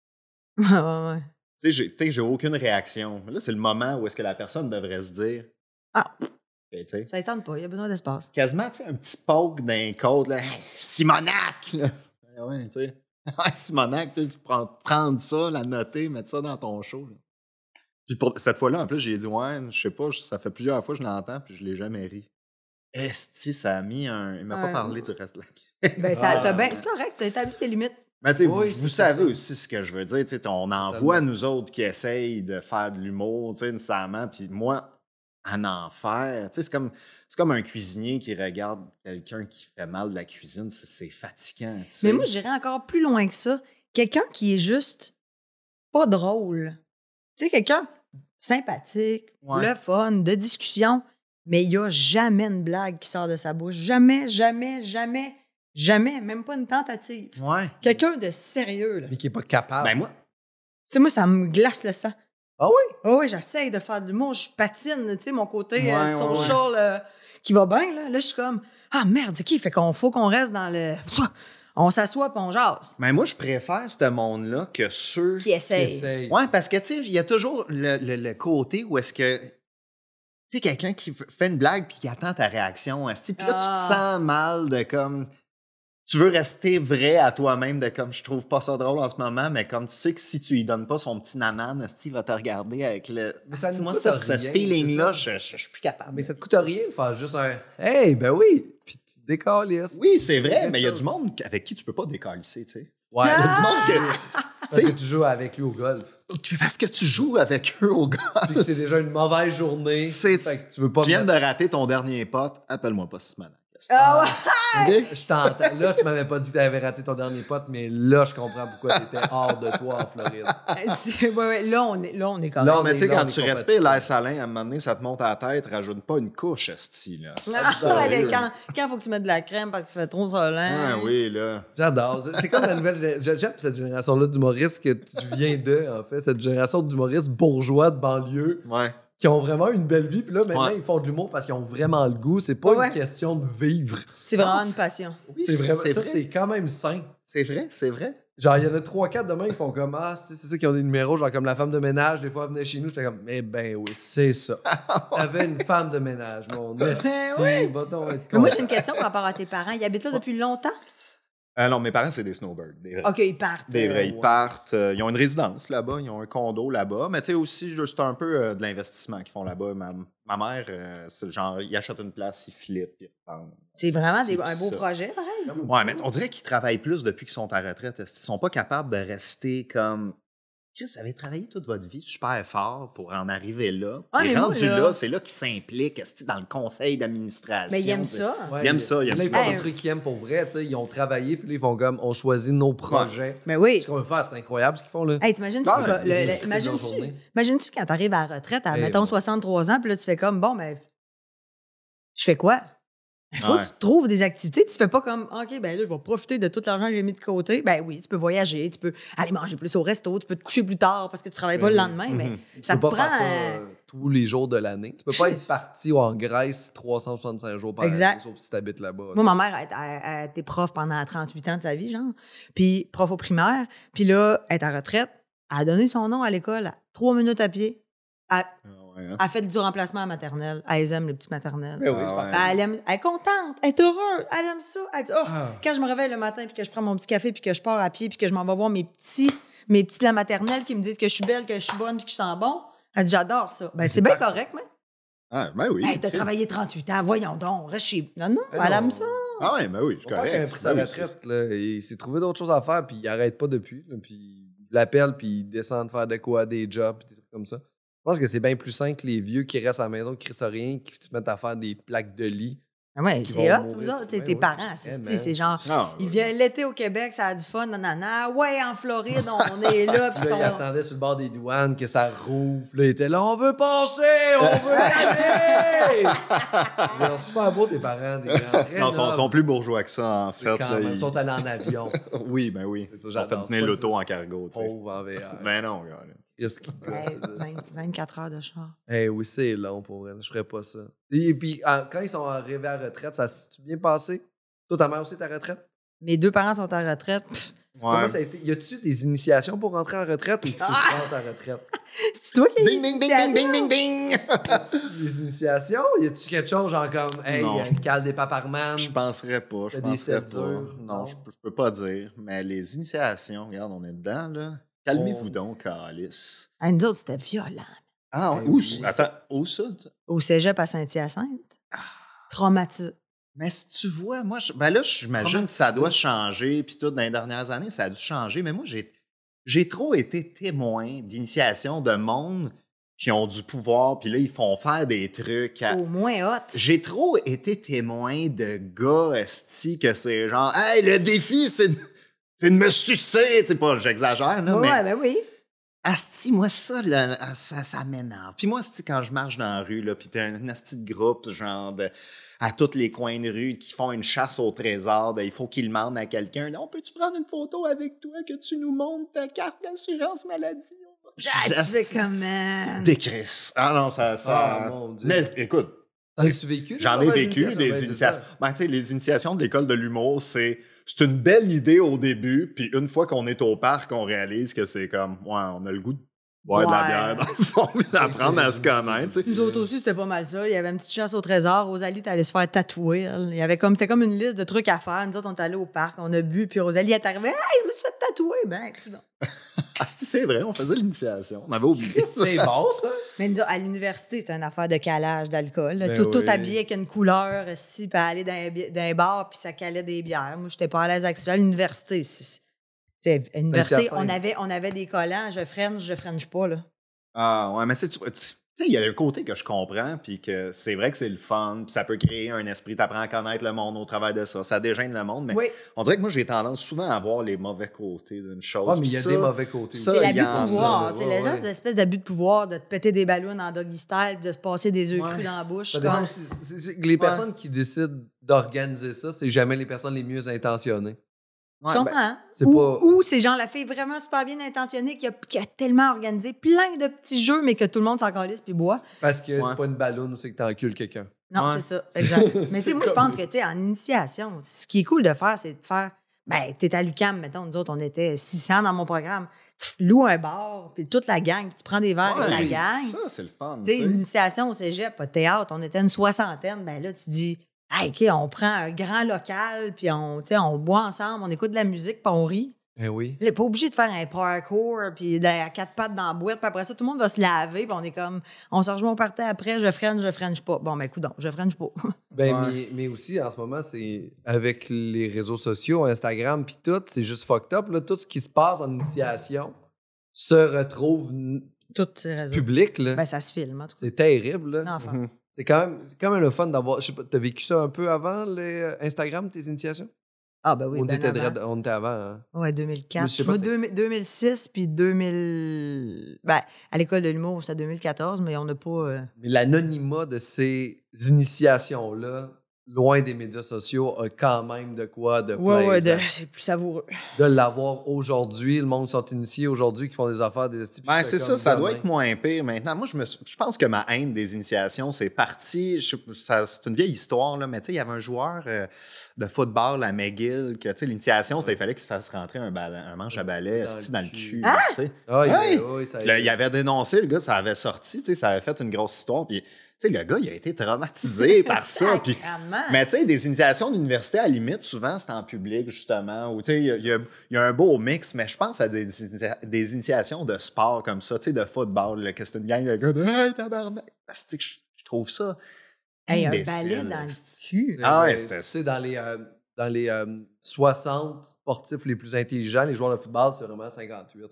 ouais, ouais. Tu sais, j'ai, tu sais, j'ai aucune réaction. Mais là, c'est le moment où est-ce que la personne devrait se dire. Ah. Ben, tu sais, Ça ne tente pas, il y a besoin d'espace. quasiment, tu sais, un petit poke d'un code, là. Hey, Simonac! Là. Ben ouais, tu sais. Ah, Simonac, tu sais, tu prends, prendre ça, la noter, mettre ça dans ton show. Là. Puis pour, cette fois-là, en plus, j'ai dit, ouais, je sais pas, ça fait plusieurs fois que je l'entends, puis je l'ai jamais ri. Esti, ça a mis un. Il m'a pas Ouais. parlé tout le reste. Là. Ben, ça, Ah. t'as bien, c'est correct, t'as établi tes limites. Mais tu sais, Oui, vous, c'est vous ça, savez ça. aussi ce que je veux dire. Tu sais, on en Totalement. voit, nous autres, qui essayent de faire de l'humour, tu sais, nécessairement. Puis moi, en en faire, tu sais, c'est comme, c'est comme un cuisinier qui regarde quelqu'un qui fait mal de la cuisine. C'est, c'est fatigant, tu sais. Mais moi, j'irais encore plus loin que ça. Quelqu'un qui est juste pas drôle. Tu sais, quelqu'un sympathique, Ouais. le fun, de discussion, mais il n'y a jamais une blague qui sort de sa bouche. Jamais, jamais, jamais, jamais. Même pas une tentative. Ouais. Quelqu'un de sérieux, là. Mais qui est pas capable. Ben moi, Tu sais, moi, ça me glace le sang. Ah oui? Oh oui, j'essaye de faire de l'humour, je patine, tu sais, mon côté euh, Ouais, ouais, social euh, qui va bien, là. Là, je suis comme, ah merde, OK, fait qu'on faut qu'on reste dans le... On s'assoit puis on jase. ben moi, je préfère ce monde-là que ceux... Qui essaye. Essaye. Ouais, parce que, tu sais, il y a toujours le, le- le côté où est-ce que... Tu sais, quelqu'un qui f- fait une blague puis qui attend ta réaction, esti, puis là, tu te Ah. sens mal de comme... Tu veux rester vrai à toi-même de comme, je trouve pas ça drôle en ce moment, mais comme tu sais que si tu lui donnes pas son petit nanan, esti, il va te regarder avec le... Mais ça Esti, ne moi, coûte ça, ce rien, feeling-là, c'est je, je, je suis plus capable. Mais ça te coûte rien de faire juste un Hey, ben oui! Puis tu te décalisses. Oui, c'est vrai, quelque mais il y a chose. du monde avec qui tu peux pas décalisser, tu sais. Ouais, Il y a Ah! du monde que... parce que tu joues avec lui au golf. Parce que tu joues avec eux au gars. Puis que c'est déjà une mauvaise journée. C'est- Fait que tu veux pas. Tu viens de mettre- rater ton dernier pote, appelle-moi pas Simonac. Ah ouais! Je t'entends. Là, tu m'avais pas dit que t'avais raté ton dernier pote, mais là, je comprends pourquoi t'étais hors de toi en Floride. C'est- ouais, ouais, là, on est, là, on est correct. Là, Non, on mais est- tu sais, là, quand on est tu respires compatissant. l'air salin, à un moment donné, ça te monte à la tête, rajoute pas une couche, esti, là. Ah, sérieux. mais quand il faut que tu mettes de la crème parce que tu fais trop soleil. Ah oui, là. J'adore. C'est comme la nouvelle. gé- J'aime cette génération-là d'humoristes que tu viens de, en fait. Cette génération d'humoristes bourgeois de banlieue Ouais. qui ont vraiment une belle vie. Puis là, maintenant, Ouais. ils font de l'humour parce qu'ils ont vraiment le goût. C'est pas Ouais, une ouais. question de vivre. C'est vraiment une passion. Oui, C'est vraiment. c'est Ça, vrai. c'est quand même sain. C'est vrai, c'est vrai. Genre, il y en a trois, quatre demain, ils font comme Ah, c'est c'est ça qui ont des numéros. Genre, comme la femme de ménage, des fois, elle venait chez nous. J'étais comme Mais ben oui, c'est ça. T'avais une femme de ménage, mon esti. oui. Va donc être Mais moi, j'ai content. une question par rapport à tes parents. Ils habitent là depuis longtemps? Euh, non, mes parents, c'est des snowbirds. Des vrais. OK, ils partent. Des vrais. Ils ouais. partent. euh, ils ont une résidence là-bas. Ils ont un condo là-bas. Mais tu sais, aussi, c'est un peu euh, de l'investissement qu'ils font là-bas. Ma, ma mère, euh, c'est genre, ils achètent une place, ils flippent, ils repartent. C'est vraiment des, C'est un beau ça. projet, pareil. Ouais, mais on dirait qu'ils travaillent plus depuis qu'ils sont à retraite. Ils sont pas capables de rester comme. Chris, vous avez travaillé toute votre vie super fort pour en arriver là. Ah, Puis mais moi, rendu là- là, c'est là qu'ils s'impliquent esti, dans le conseil d'administration. Mais ils aiment c'est- ça. Ouais, Ils aiment ça, ils aiment là, ils ça. font Hey, des trucs qu'ils aiment pour vrai. Tu sais, ils ont travaillé, puis là, ils font comme On choisit nos projets. Mais oui. Ce qu'on veut faire, c'est incroyable ce qu'ils font là. Hey, t'imagines-tu, Ouais, le- ils le- vivent le- une imagines-tu, journée. imagines-tu quand t'arrives à la retraite à, Eh mettons, ouais. soixante-trois ans, puis là, tu fais comme, bon, ben, je fais quoi? Il faut Ouais. que tu trouves des activités. Tu fais pas comme, OK, ben là, je vais profiter de tout l'argent que j'ai mis de côté. Ben oui, tu peux voyager, tu peux aller manger plus au resto, tu peux te coucher plus tard parce que tu travailles pas le lendemain, mais ça Tu te peux pas prend... faire ça euh, euh, tous les jours de l'année. Tu peux pas être parti en Grèce trois cent soixante-cinq jours par Exact. année, sauf si tu habites là-bas. Moi, ma mère, elle, elle- elle était prof pendant trente-huit ans de sa vie, genre. Puis prof au primaire. Puis là, elle est à retraite. Elle a donné son nom à l'école à trois minutes à pied. Elle, Ah ouais, hein? elle a fait du remplacement à maternelle. Elle aime les petits maternelles. Ben oui, Ah c'est ouais. parfait. Elle, aime, elle est contente, elle est heureuse, elle aime ça. Elle dit, oh, Ah. quand je me réveille le matin, puis que je prends mon petit café, puis que je pars à pied, puis que je m'en vais voir mes petits, mes petits de la maternelle qui me disent que je suis belle, que je suis bonne, puis que je sens bon. Elle dit, j'adore ça. Ben, c'est bien correct, mais. Ah, ben oui. Hey, t'as travaillé trente-huit ans, voyons donc, reste chez. Non, non, Ben elle non. aime ça. Ah ouais, ben oui, c'est Mon père qui correct. a pris sa Ben oui, retraite, là, il s'est trouvé d'autres choses à faire, puis il arrête pas depuis. là, puis je l'appelle, puis il descend de faire de quoi, des jobs, puis des trucs comme ça. Je pense que c'est bien plus simple que les vieux qui restent à la maison, qui crissent rien, qui se mettent à faire des plaques de lit. Ah ouais, Qui c'est vont hot, mourir vous autres, tout. tes, Ben tes oui. parents, c'est, Eh c'est, ben. c'est genre. Ah, Ils ouais. viennent l'été au Québec, ça a du fun, nanana. Ouais, en Floride, on est là, puis Puis là, sont. il attendait sur le bord des douanes que ça rouvre. Là, il était là, on veut passer, on veut y aller! Ils sont super beaux, tes parents, des grands. très Non, ils sont, nobles. sont plus bourgeois que ça, en C'est fait. quand là, même, ils- Ils sont allés en avion. Oui, ben oui. C'est ça, Ils ont j'adore. fait venir C'est pas l'auto des en cargo, tu sais. Pauvre en V R. Ben non, gars. là. Qu'est-ce qui gosse, Hey, c'est de- vingt- vingt-quatre heures de char. Eh oui, c'est long pour vrai. Je ferais pas ça. Et puis, en- quand ils sont arrivés à la retraite, ça s'est bien passé? Toi, ta mère aussi est à la retraite? Mes deux parents sont en retraite. Pff, Comment Ouais. ça a été? Y a-tu des initiations pour rentrer en retraite ou tu Ah! rentres en retraite? C'est toi qui as Bing, bing, bing, bing, bing, bing, bing! Y a-tu des initiations? Y a-tu quelque chose genre comme, hey, Non. euh, cale des paparman? Je penserais pas, je T'as des penserais pas. cédures, Non, non? je, peux- je peux pas dire. Mais les initiations, regarde, on est dedans, là. Calmez-vous On- donc, Alice. Ah, nous autres, c'était violent. Ah, Ben où oui. ça? Attends, où ça? tu- Au cégep à Saint-Hyacinthe. Traumatisé. Mais si tu vois, moi, je- ben là, j'imagine que ça doit changer, puis tout, dans les dernières années, ça a dû changer. Mais moi, j'ai, j'ai trop été témoin d'initiations de monde qui ont du pouvoir, puis là, ils font faire des trucs. à- Au moins hot. J'ai trop été témoin de gars, esti, que c'est genre, hey, le défi, c'est de, c'est de me sucer. Tu sais pas, j'exagère, là, Ouais, mais. ben oui. Asti, moi, ça, là, ça, ça m'énerve. Puis moi, asti, quand je marche dans la rue, là, puis t'as un asti de groupe, genre, de, à tous les coins de rue, qui font une chasse au trésor, de, il faut qu'ils demandent à quelqu'un, on peut-tu prendre une photo avec toi, que tu nous montres ta carte d'assurance maladie? Ah, c'est comment. Des crises. Ah non, ça... ça... Ah, mon Dieu. Mais écoute, T'en as-tu vécu? j'en des ai mauvaises vécu initiations? des Ben, c'est initiations. ça. Ben, tu sais, les initiations de l'école de l'humour, c'est... C'est une belle idée au début, puis une fois qu'on est au parc, on réalise que c'est comme, ouais, on a le goût de boire de la Ouais. bière dans le fond, puis d'apprendre à se connaître, tu sais. Nous autres aussi, c'était pas mal ça. Il y avait une petite chasse au trésor. Rosalie, t'allais se faire tatouer. elle. Il y avait comme, c'était comme une liste de trucs à faire. Nous autres, on est allés au parc, on a bu, puis Rosalie est arrivée. Hey, je me suis fait tatouer. Ben, coudonc. Ah, c'est c'est vrai, on faisait l'initiation. On avait oublié ça. C'est bon, ça? Mais nous, à l'université, c'était une affaire de calage d'alcool. là. Ben tout, tout oui. habillé avec une couleur, esti, puis aller dans un, bi- dans un bar, puis ça calait des bières. Moi, j'étais pas à l'aise avec ça. À l'université, c'est, c'est- à l'université, Saint-Hyacinthe. on avait, on avait des collants. Je freine, je freine pas, là. Ah, ouais, mais c'est, tu, tu Tu sais, il y a un côté que je comprends, puis que c'est vrai que c'est le fun, puis ça peut créer un esprit, t'apprends à connaître le monde au travers de ça. Ça dégêne le monde, mais Oui. on dirait que moi, j'ai tendance souvent à voir les mauvais côtés d'une chose. Ouais, mais il y a Ça, des mauvais côtés ça, aussi. C'est il y l'abus en de a, pouvoir. là. C'est Ouais, le genre ouais. d'espèce d'abus de pouvoir de te péter des ballons en doggy style puis de se passer des œufs Ouais. crus dans la bouche. Ça dépend comme- aussi. c'est- c'est- Les personnes qui décident d'organiser ça, c'est jamais les personnes les mieux intentionnées. Ouais, Tu ben, comprends? hein? c'est ou, pas- ou c'est genre la fille vraiment super bien intentionnée qui a, qui a tellement organisé plein de petits jeux, mais que tout le monde s'en calisse puis boit. Parce que Ouais. c'est pas une ballonne ou c'est que t'encules quelqu'un. Non, Ouais. c'est ça. Exact. Mais tu sais, C'est moi, je comme- pense que, tu sais, en initiation, ce qui est cool de faire, c'est de faire. Ben, t'es à l'U Q A M, mettons, nous autres, on était six cents dans mon programme. Pff, loue un bar, puis toute la gang, puis tu prends des verres ouais, avec la oui, gang. Ça, c'est le fun. Tu sais, tu une sais. initiation au cégep, pas de théâtre, on était une soixantaine. Ben là, tu dis, hey, OK, on prend un grand local, puis on, tu sais, on boit ensemble, on écoute de la musique, puis on rit. Eh oui. On n'est pas obligé de faire un parkour, puis à quatre pattes dans la boîte, puis après ça, tout le monde va se laver, puis on est comme, on se rejoint au party après, je freine, je freine pas. Bon, ben, écoute donc, je freine pas. Ben, Ouais. mais, mais aussi, en ce moment, c'est avec les réseaux sociaux, Instagram, puis tout, c'est juste fucked up. Là. Tout ce qui se passe en initiation se retrouve n- Toutes ces raisons. public. Là. Ben, ça se filme, en tout cas. C'est terrible. Là. Non, enfin. Mhm. C'est quand même, c'est quand même le fun d'avoir. Je sais pas, t'as vécu ça un peu avant les euh, Instagram, tes initiations? Ah, ben oui, on, ben était avant. dread- on était avant. Hein? Ouais, deux mille quatre. Mais je sais pas, Moi, t'es- deux mille deux mille six, puis deux mille... Ben, à l'école de l'humour, c'était deux mille quatorze, mais on n'a pas... euh, Mais l'anonymat de ces initiations-là, loin des médias sociaux, a quand même de quoi de Ouais, ouais, plaisant. de- c'est plus savoureux. De l'avoir aujourd'hui. Le monde sont initiés aujourd'hui qui font des affaires des styles. Ben, c'est ça, ça doit être moins pire maintenant. Moi, je, me, suis- je pense que ma haine des initiations, c'est parti. je- ça- C'est une vieille histoire, là, mais tu sais, il y avait un joueur euh, de football à McGill que, tu sais, l'initiation, c'était qu'il fallait qu'il se fasse rentrer un, ballon- un manche à balai Dans esti, le dans le cul. cul. Ah! tu sais. Ah, il, Hey! oui, ça Puis là, il avait dénoncé, le gars, ça avait sorti, tu sais, ça avait fait une grosse histoire. Puis, tu sais, le gars, il a été traumatisé par ça. Puis, Sacrement. mais tu sais, des initiations d'université, à la limite, souvent, c'est en public, justement. Ou tu sais, il y, a- il y a- il y a un beau mix, mais je pense à des, initia- des initiations de sport comme ça, tu sais, de football, là, que c'est une gang de gars de Hey, tabarnak! Asti que Je je trouve ça. Hey, un imbécile, balai dans le esti. cul. Ah ouais, Ben, c'était- tu sais, dans les, euh, dans les euh, soixante sportifs les plus intelligents, les joueurs de football, c'est vraiment cinquante-huit.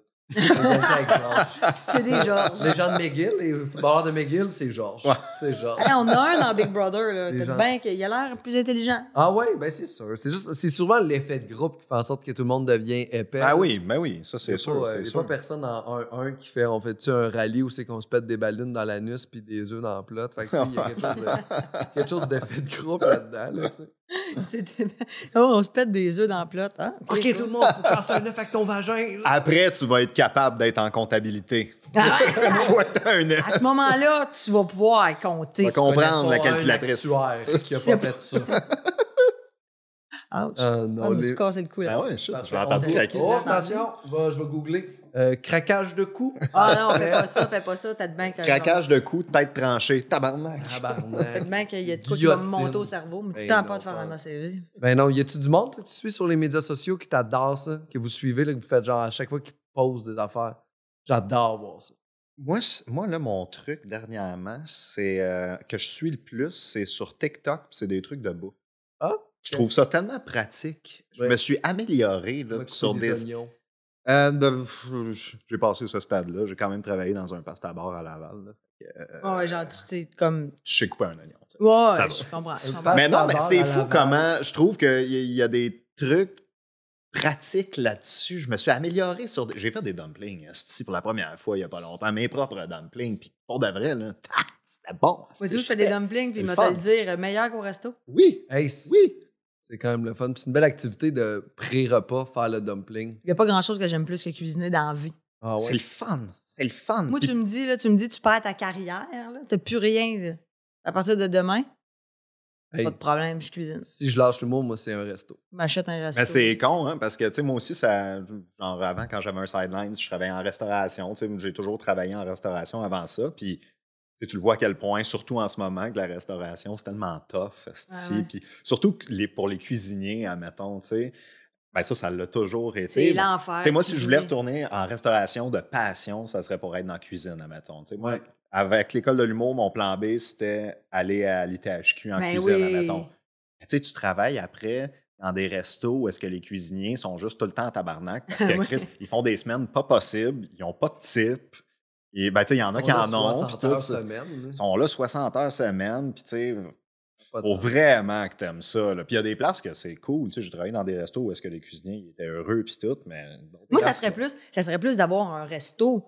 C'est des Georges. Les gens de McGill, les footballeurs de McGill, c'est Georges. Ouais. C'est Georges. Hey, on a un dans Big Brother, là. Des T'as gens. bien qu'il a l'air plus intelligent. Ah ouais, ben c'est sûr. C'est juste, c'est souvent l'effet de groupe qui fait en sorte que tout le monde devient épais. Ah oui, ben oui, ça, Il y c'est a sûr. pas, euh, c'est il y a sûr. pas personne en un un qui fait on fait-tu un rallye où c'est qu'on se pète des ballons dans l'anus puis des œufs dans le plot. Fait que tu sais, il y a quelque chose, de, quelque chose d'effet de groupe là-dedans. Là, tu sais. C'était... Oh, on se pète des œufs dans le plot. Hein? Ok, tout le monde, faut casser un œuf avec ton vagin. là. Après, tu vas être capable d'être en comptabilité. Ah, Une fois que t'as un à ce moment-là, tu vas pouvoir compter. Va comprendre la Je connais pas calculatrice. un actuaire qui a C'est pas fait ça. Ouch. Ah, Ah, non, je me suis les- cassé le cou là. Ah ouais, shit, je Parfait. vais entendre On- craquer. Oh, attention, va- je vais googler. Euh, craquage de cou. Ah non, fais pas ça, fais pas ça. T'as de bien que. Craquage de cou, tête tranchée. Tabarnak. Tabarnak. T'as de bien qu'il y a de quoi qui va me Guillotine. monter au cerveau, mais Ben t'as non, pas de faire pas. un A C V. Ben non, y a-tu du monde que tu suis sur les médias sociaux qui t'adore ça, que vous suivez, là, que vous faites genre à chaque fois qu'ils posent des affaires? J'adore voir ça. Moi, c- moi, là, mon truc dernièrement, c'est euh, que je suis le plus, c'est sur TikTok, puis c'est des trucs de bouffe. Ah? Je trouve ça tellement pratique. Je Ouais. me suis amélioré là, On va sur couper des. oignons. Euh, de- J'ai passé ce stade-là. J'ai quand même travaillé dans un pasta bar à Laval. Là. Euh, Ouais, genre, tu sais, comme. Je sais couper un oignon. tu sais. Ouais, Ça je va. comprends. je Le comprends. Mais non, mais Pasta c'est bar à fou Laval. comment je trouve qu'il y, a- il y a des trucs pratiques là-dessus. Je me suis amélioré sur. des- J'ai fait des dumplings, esti, pour la première fois il n'y a pas longtemps. Mes propres dumplings. Puis pour de vrai, là, ta, c'était bon. Moi, esti, tout, je fais des dumplings, puis c'est il le m'a te fun. le dire, meilleur qu'au resto. Oui, Hey, c- oui. c'est quand même le fun. Puis c'est une belle activité de pré-repas, faire le dumpling. Il n'y a pas grand-chose que j'aime plus que cuisiner dans la vie. Ah C'est ouais? le fun. C'est le fun. Moi, Puis- tu me dis, là, tu me dis, tu perds ta carrière, là. T'as plus rien. là. À partir de demain, Hey, pas de problème, je cuisine. si je lâche le mot, moi, c'est un resto. Je m'achète un resto. Mais c'est con, hein, parce que, tu sais, moi aussi, ça, genre, avant, quand j'avais un sideline, je travaillais en restauration. Tu sais, j'ai toujours travaillé en restauration avant ça. Puis, tu sais, tu le vois à quel point, surtout en ce moment, que la restauration, c'est tellement tough. esti. Ah ouais. Puis, surtout que les, pour les cuisiniers, admettons, tu sais, ben ça, ça l'a toujours été. C'est Mais, l'enfer. tu sais, moi, si je voulais cuisiner. retourner en restauration de passion, ça serait pour être dans la cuisine, admettons. Tu sais, moi, Ouais. avec l'école de l'humour, mon plan B, c'était aller à l'I T H Q en Ben cuisine, oui. admettons. Tu sais, tu travailles après dans des restos où est-ce que les cuisiniers sont juste tout le temps en tabarnak parce que Ouais. Chris, ils font des semaines pas possibles, ils n'ont pas de type, Et, ben, tu sais, il y en a qui en ont. soixante heures semaine. Ils sont là soixante heures semaine. Puis, tu sais, faut vraiment que t'aimes ça. Là. Puis, il y a des places que c'est cool. Tu sais, j'ai travaillé dans des restos où est-ce que les cuisiniers étaient heureux puis tout. Mais moi, ça serait, plus, ça serait plus d'avoir un resto,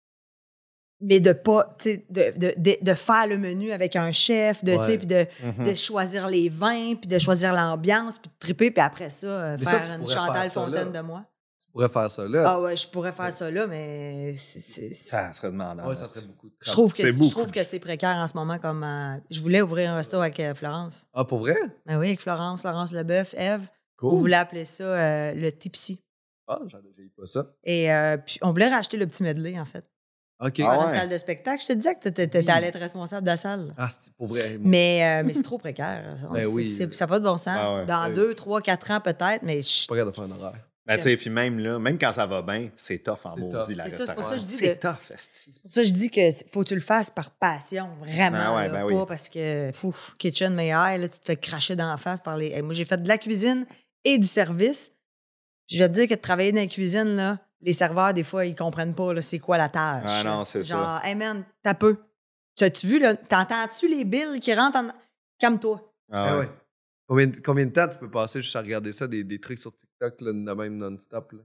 mais de pas, tu sais, de, de, de, de faire le menu avec un chef, de, ouais. puis de, mm-hmm. de choisir les vins, puis de choisir l'ambiance, puis de triper, puis après ça, euh, faire ça, une Chantal Fontaine de moi. Tu pourrais faire ça là. Ah ouais, je pourrais faire ouais. ça là, mais c'est, c'est, ça serait demandant. Ouais, ça serait beaucoup de travail. Je trouve que c'est, je trouve que c'est précaire en ce moment. Comme euh, je voulais ouvrir un resto avec euh, Florence. Ah, pour vrai? Ben oui, avec Florence, Laurence Leboeuf, Eve. Cool. On voulait appeler ça euh, le Tipsy. Ah, j'en ai pas ça. Et euh, puis on voulait racheter le petit medley, en fait. OK. Dans ah ouais. une salle de spectacle. Je te disais que tu allais être responsable de la salle. Ah, c'est pour vrai. Mais, euh, mais c'est trop précaire. Ben oui. c'est, ça n'a pas de bon sens. Ah ouais. Dans deux, trois, quatre ans peut-être, mais... Je pas capable de faire un horaire. Ben, tu sais, puis même là, même quand ça va bien, c'est tough en maudit, la restauration. C'est pour ça que je dis c'est que, tough, esti. C'est pour ça que je dis que faut que tu le fasses par passion, vraiment. Ben ouais, là, ben pas oui. Parce que, fouf, kitchen may I, là, tu te fais cracher dans la face par les... Hey, moi, j'ai fait de la cuisine et du service. Je vais te dire que de travailler dans la cuisine, là, les serveurs, des fois, ils comprennent pas là, c'est quoi la tâche. Ah non, c'est Genre, ça. Genre, hey man, t'as peu. Tu as-tu vu, là, t'entends-tu les billes qui rentrent en... Calme-toi. Ah ouais. Combien, combien de temps tu peux passer juste à regarder ça, des, des trucs sur TikTok, là, de même non-stop? Là?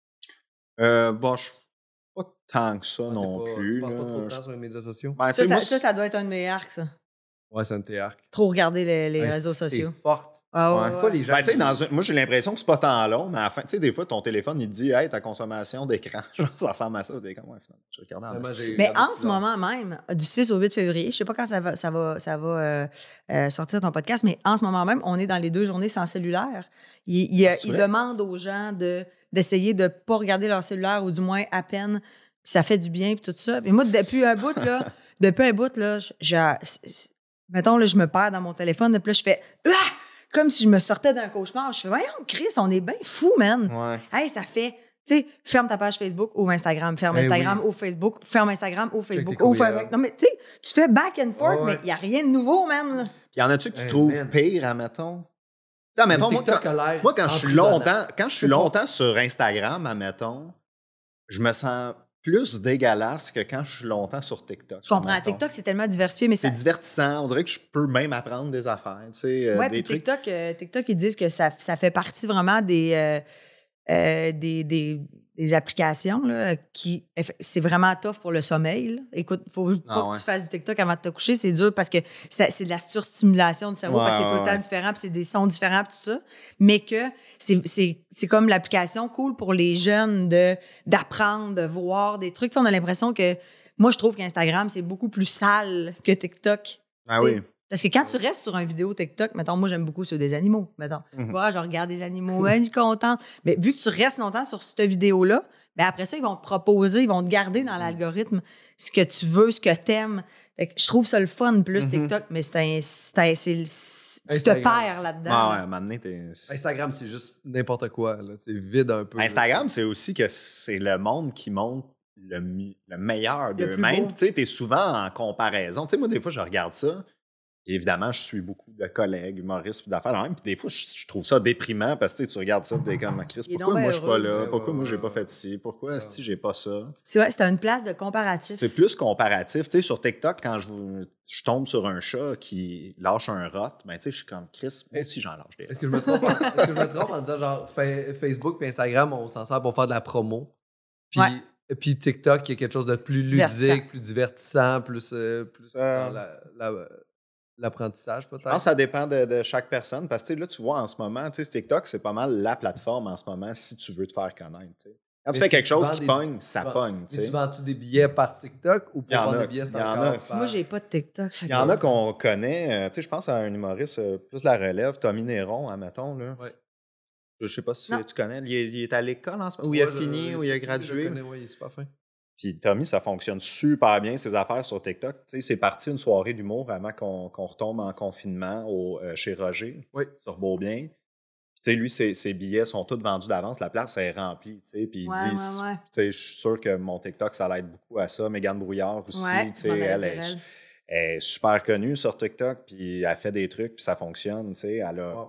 Euh, bon, je pas tant que ça ah, non pas, plus. Tu passes là. pas trop de temps sur les médias sociaux? Ben, ça, ça, moi, ça, ça doit être un de mes arcs, ça. Ouais, c'est un de tes arcs. Trop regarder les, les ouais, réseaux sociaux. C'est forte. Ah ouais, ouais. Fois, les gens ben, disent... dans un... Moi, j'ai l'impression que c'est pas tant long, mais à la fin, tu sais, des fois, ton téléphone, il te dit, hey, ta consommation d'écran, ça ressemble à ça. T'es comme, ouais, finalement, je vais regarder en ouais, Mais en ce moment même, du six au huit février, je sais pas quand ça va, ça va, ça va euh, euh, sortir ton podcast, mais en ce moment même, on est dans les deux journées sans cellulaire. Il, il, ah, il demande aux gens de, d'essayer de pas regarder leur cellulaire, ou du moins à peine, puis ça fait du bien, puis tout ça. Et moi, depuis un bout, là, depuis un bout, là, je, mettons, là, je me perds dans mon téléphone, puis là, je fais, ah! Comme si je me sortais d'un cauchemar. Je fais, voyons, Chris, on est bien fou, man. Ouais. Hey, ça fait, tu sais, ferme ta page Facebook, ouvre Instagram, ferme hey, Instagram, oui. ouvre Facebook, ferme Instagram, ouvre Facebook, ouvre Facebook. Non, mais tu sais, tu fais back and forth, oh, ouais. mais il n'y a rien de nouveau, man. Puis y en a-tu que tu hey, trouves man. pire, admettons? Tu sais, admettons, moi, quand, moi, quand je suis longtemps, quand je suis longtemps sur Instagram, admettons, je me sens plus dégueulasse que quand je suis longtemps sur TikTok. Je comprends. TikTok, c'est tellement diversifié, mais c'est ça... divertissant. On dirait que je peux même apprendre des affaires. Tu sais, ouais, euh, des puis trucs... TikTok, euh, TikTok, ils disent que ça, ça fait partie vraiment des, euh, euh, des, des, des applications là, qui... C'est vraiment tough pour le sommeil. Là. Écoute, il faut ah, pas ouais. que tu fasses du TikTok avant de te coucher. C'est dur parce que ça, c'est de la surstimulation du cerveau ouais, parce que c'est tout ouais. le temps différent puis c'est des sons différents puis tout ça. Mais que c'est, c'est, c'est comme l'application cool pour les jeunes de, d'apprendre, de voir des trucs. Tu sais, on a l'impression que... Moi, je trouve qu'Instagram, c'est beaucoup plus sale que TikTok. Ah oui. Parce que quand tu restes sur une vidéo TikTok, mettons, moi, j'aime beaucoup ceux des animaux, mettons. Mm-hmm. Ouais, je regarde des animaux, ben, je suis contente. Mais vu que tu restes longtemps sur cette vidéo-là, ben après ça, ils vont te proposer, ils vont te garder dans l'algorithme ce que tu veux, ce que t'aimes. Fait que je trouve ça le fun, plus mm-hmm. TikTok, mais c'est un... C'est un c'est, c'est, tu te perds là-dedans. Ah ouais, à un moment donné, t'es... Instagram, c'est juste n'importe quoi. Là. C'est vide un peu. Instagram, là. C'est aussi que c'est le monde qui montre le, mi- le meilleur d'eux-mêmes. Tu sais, t'es souvent en comparaison. Tu sais, moi, des fois, je regarde ça. Et évidemment, je suis beaucoup de collègues, humoristes, puis d'affaires. Même, puis des fois, je, je trouve ça déprimant parce que tu regardes ça, puis t'es comme, Chris, pourquoi moi, je suis pas là? Ouais, pourquoi ouais, moi, j'ai ouais, pas fait ci? Pourquoi, ouais. si j'ai pas ça? C'est vrai, c'est une place de comparatif. C'est plus comparatif. Tu sais, sur TikTok, quand je, je tombe sur un chat qui lâche un rot, ben, tu sais, je suis comme, Chris, moi aussi, j'en lâche des rots. Est-ce que je me trompe en, est-ce que je me trompe en disant, genre, Facebook et Instagram, on s'en sert pour faire de la promo? Puis, ouais. puis TikTok, il y a quelque chose de plus ludique, plus divertissant, plus, euh, plus euh... la... la l'apprentissage, peut-être? Je pense que ça dépend de, de chaque personne. Parce que là, tu vois, en ce moment, TikTok, c'est pas mal la plateforme en ce moment si tu veux te faire connaître. T'sais. Quand tu fais quelque chose qui des... pogne, ça tu pogne. Tu vends-tu des billets par TikTok ou pour vendre des billets, c'est encore par... Moi, j'ai pas de TikTok. Il y en a qu'on connaît. Je pense à un humoriste euh, plus la relève, Tommy Néron, admettons. Là. Ouais. Je sais pas si non. tu connais. Il est, il est à l'école en ce moment, où ouais, il a fini, où il a gradué. Je connais, ouais, il est super fin. Puis Tommy, ça fonctionne super bien, ses affaires sur TikTok. Tu sais, c'est parti une soirée d'humour avant qu'on, qu'on retombe en confinement au, euh, chez Roger, oui. sur Beaubien. Puis tu sais, lui, ses, ses billets sont tous vendus d'avance. La place est remplie, tu sais. Puis il ouais, dit, ouais, ouais. tu sais, je suis sûr que mon TikTok, ça l'aide beaucoup à ça. Mégane Brouillard aussi, ouais, tu sais, elle, elle, elle est super connue sur TikTok, puis elle fait des trucs, puis ça fonctionne, tu sais. Elle a... Wow.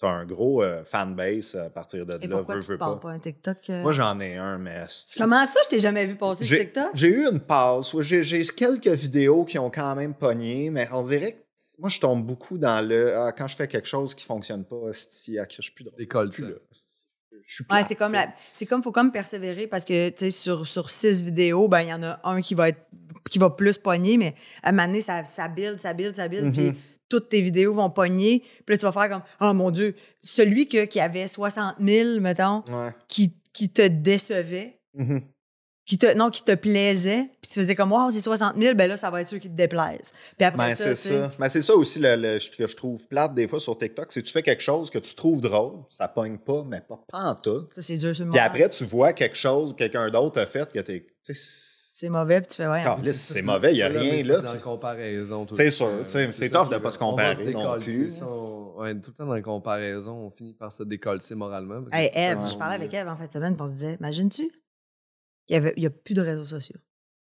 t'as un gros euh, fanbase à partir de Et là, pourquoi veux, tu veux te parles pas. pas un TikTok? euh? Moi, j'en ai un, mais... c'est- Comment ça, je t'ai jamais vu passer sur J'ai TikTok? j'ai eu une passe. Ouais, J'ai j'ai quelques vidéos qui ont quand même pogné, mais on dirait que moi, je tombe beaucoup dans le... ah, quand je fais quelque chose qui fonctionne pas, esti, ah, je suis plus drôle. Décolle Plus ça. là. Je suis Ouais, plate, c'est comme tu sais. la, c'est comme faut comme persévérer parce que tu sais sur sur six vidéos, ben il y en a un qui va être qui va plus pogner, mais à un moment donné, ça ça build, ça build, ça build, Mhm. puis toutes tes vidéos vont pogner. Puis là tu vas faire comme oh mon Dieu, celui que qui avait soixante mille mettons, Ouais. qui qui te décevait, Mhm. qui te non qui te plaisait, puis tu faisais comme wow c'est soixante mille, ben là ça va être ceux qui te déplaisent. Puis après Ben, ça, c'est tu sais, ça. Ben, c'est ça aussi le, le- que je trouve plate des fois sur TikTok, c'est que tu fais quelque chose que tu trouves drôle, ça pogne pas, mais pas pantoute. ça c'est dur sur le Puis moment. après, tu vois quelque chose que quelqu'un d'autre a fait que t'es... tu sais, C'est mauvais, puis tu fais ouais. Caliste, c'est mauvais, il y a Là, rien mais là. c'est dans la comparaison. tout C'est le sûr, temps. tu sais, c'est ça tough qui de pas va- se comparer On va se non décoller, plus. ça, on- ouais, tout le temps dans la comparaison, on finit par se décoller moralement. parce Hey, que- Eve, Ouais. je parlais avec Eve en fin de semaine, puis on se disait, imagines-tu qu'il n'y a plus de réseaux sociaux?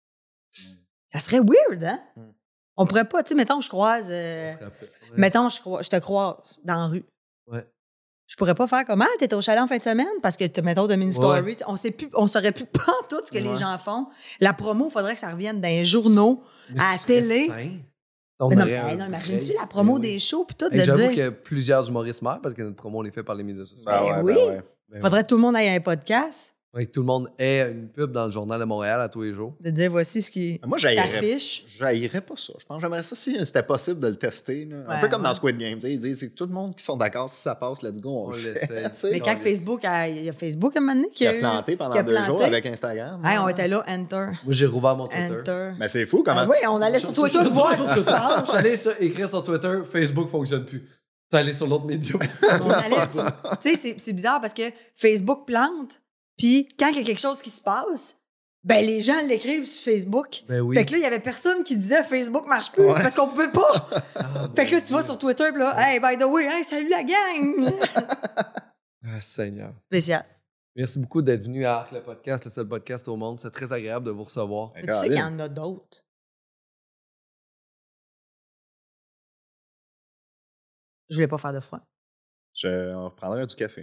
Ça serait weird, hein? Mm. On pourrait pas, tu sais, mettons, je croise, euh, on se rappelle. Ouais. mettons, je, croi- je te croise dans la rue. Ouais. Je pourrais pas faire comme, ah, t'es au chalet en fin de semaine parce que, t'as, mettons, de mini story. On sait plus, on saurait plus pas tout ce que Ouais. les gens font. La promo, il faudrait que ça revienne dans les journaux, Mais à la ce serait télé. sain. On Mais non, aurait mais, un hey, non, imagine-tu break. la promo Ben oui. des shows, puis tout, Hey, de J'avoue dire, que plusieurs humoristes meurent parce que notre promo, on les fait par les médias sociaux. Ben ouais, Ben ben oui. ouais. Ben faudrait que tout le monde aille à un podcast, ouais. Ouais, que tout le monde ait une pub dans le Journal de Montréal à tous les jours. de dire, voici ce qui Moi, j'haïrais, t'affiche. j'haïrais pas ça. Je pense que j'aimerais ça si c'était possible de le tester. Là. un Ouais, peu comme ouais. dans Squid Game. tu sais, Ils disent c'est que tout le monde qui sont d'accord, si ça passe, let's go, on, On le fait. l'essaye. Tu sais, Mais quand on Facebook, a- il y a Facebook à un moment donné qui a planté pendant qui a deux planté. jours avec Instagram. Hey, on Ouais. était là, enter. Moi, j'ai rouvert mon Twitter. Enter. Mais c'est fou comment. Ah oui, tu- on allait sur Twitter voir ce qui se passe. Je suis allé sur- écrire sur Twitter, Facebook fonctionne plus. Tu es allé sur l'autre média. On allait sur- Tu sais, c'est- c'est bizarre parce que Facebook plante, puis quand il y a quelque chose qui se passe, ben les gens l'écrivent sur Facebook. Ben oui. Fait que là, il y avait personne qui disait Facebook marche plus Ouais. parce qu'on pouvait pas. Ah, Fait que là, mon tu vas Dieu. sur Twitter, puis là, hey, by the way, hey, salut la gang! Ah, Seigneur. Spécial. Merci beaucoup d'être venu à Arc le podcast, le seul podcast au monde. C'est très agréable de vous recevoir. Mais tu sais qu'il y en a d'autres. Je voulais pas faire de froid. Je on reprendrait du café.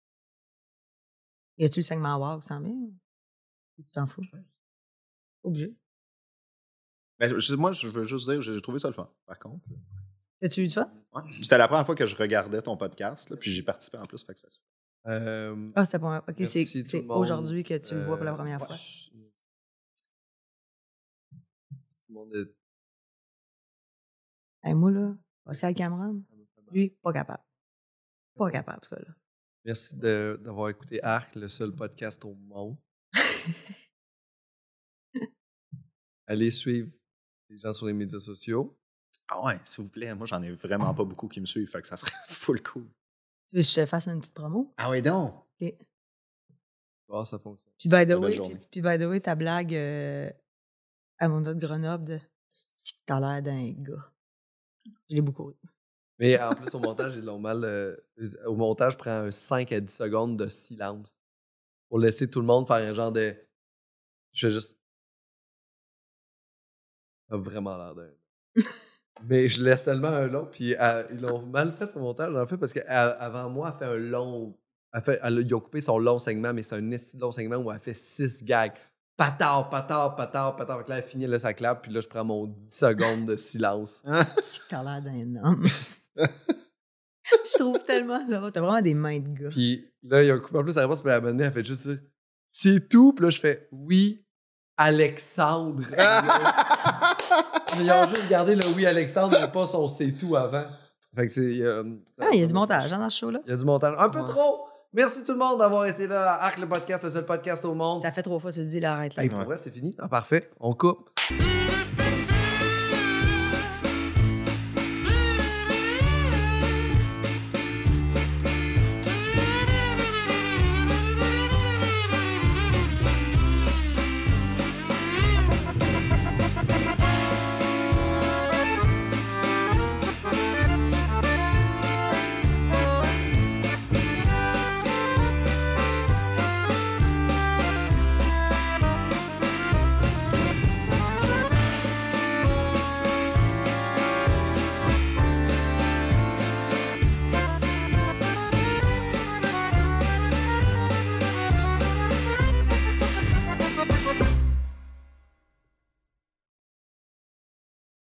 Y a-tu le segment wow qui s'en vient? Ou tu t'en fous? Obligé. Mais je- moi, je veux juste dire, j'ai trouvé ça le fun, par contre. As-tu eu du fun? Ouais. C'était la première fois que je regardais ton podcast, là, puis j'y participais en plus. Fait que ça... Euh, Ah, c'est pas. Ok, Merci c'est tout c'est le monde. aujourd'hui que tu le vois pour la Euh, première ouais, fois. je- Tout le monde est- Hey, moi, là, Pascal Cameron, lui, pas capable. Pas capable, ce gars-là. Merci de- d'avoir écouté Arc, le seul podcast au monde. Allez suivre les gens sur les médias sociaux. Ah ouais, s'il vous plaît, moi, j'en ai vraiment pas beaucoup qui me suivent, fait que ça serait full cool. Tu veux que je te fasse une petite promo? Ah oui, donc. OK. Ah, ça fonctionne. Puis, by the Belle way, journée. puis, puis by the way, ta blague euh, à mon autre Grenoble de c'est que t'as l'air d'un gars. Je l'ai beaucoup ri. Mais en plus, au montage, ils l'ont mal. euh, au montage, je prends un cinq à dix secondes de silence pour laisser tout le monde faire un genre de. Je fais juste. Ça a vraiment l'air d'un. Mais je laisse tellement un long, puis euh, ils l'ont mal fait au montage, en fait, parce qu'avant moi, elle fait un long. Elle fait, elle, ils ont coupé son long segment, mais c'est un esti de long segment où elle fait six gags. Patard, patard, patard, patard. Fait que là, elle finit, là, ça clappe, puis là, je prends mon dix secondes de silence. C'est que t'as l'air d'un homme. Je trouve tellement ça. T'as vraiment des mains de gars. Puis là, il y a un coup en plus, la réponse, puis la bonne elle fait juste dire c'est tout. Puis là, je fais oui, Alexandre. Mais ils ont juste gardé le oui, Alexandre, mais pas son c'est tout avant. Fait que c'est. euh, Ah, il y a du montage hein, dans ce show-là. Il y a du montage. Un peu Ouais. trop. Merci tout le monde d'avoir été là à Arc le podcast, le seul podcast au monde. Ça fait trois fois que tu le dis, là, arrête là. Hey, pour vrai, c'est fini. Ah, parfait. On coupe.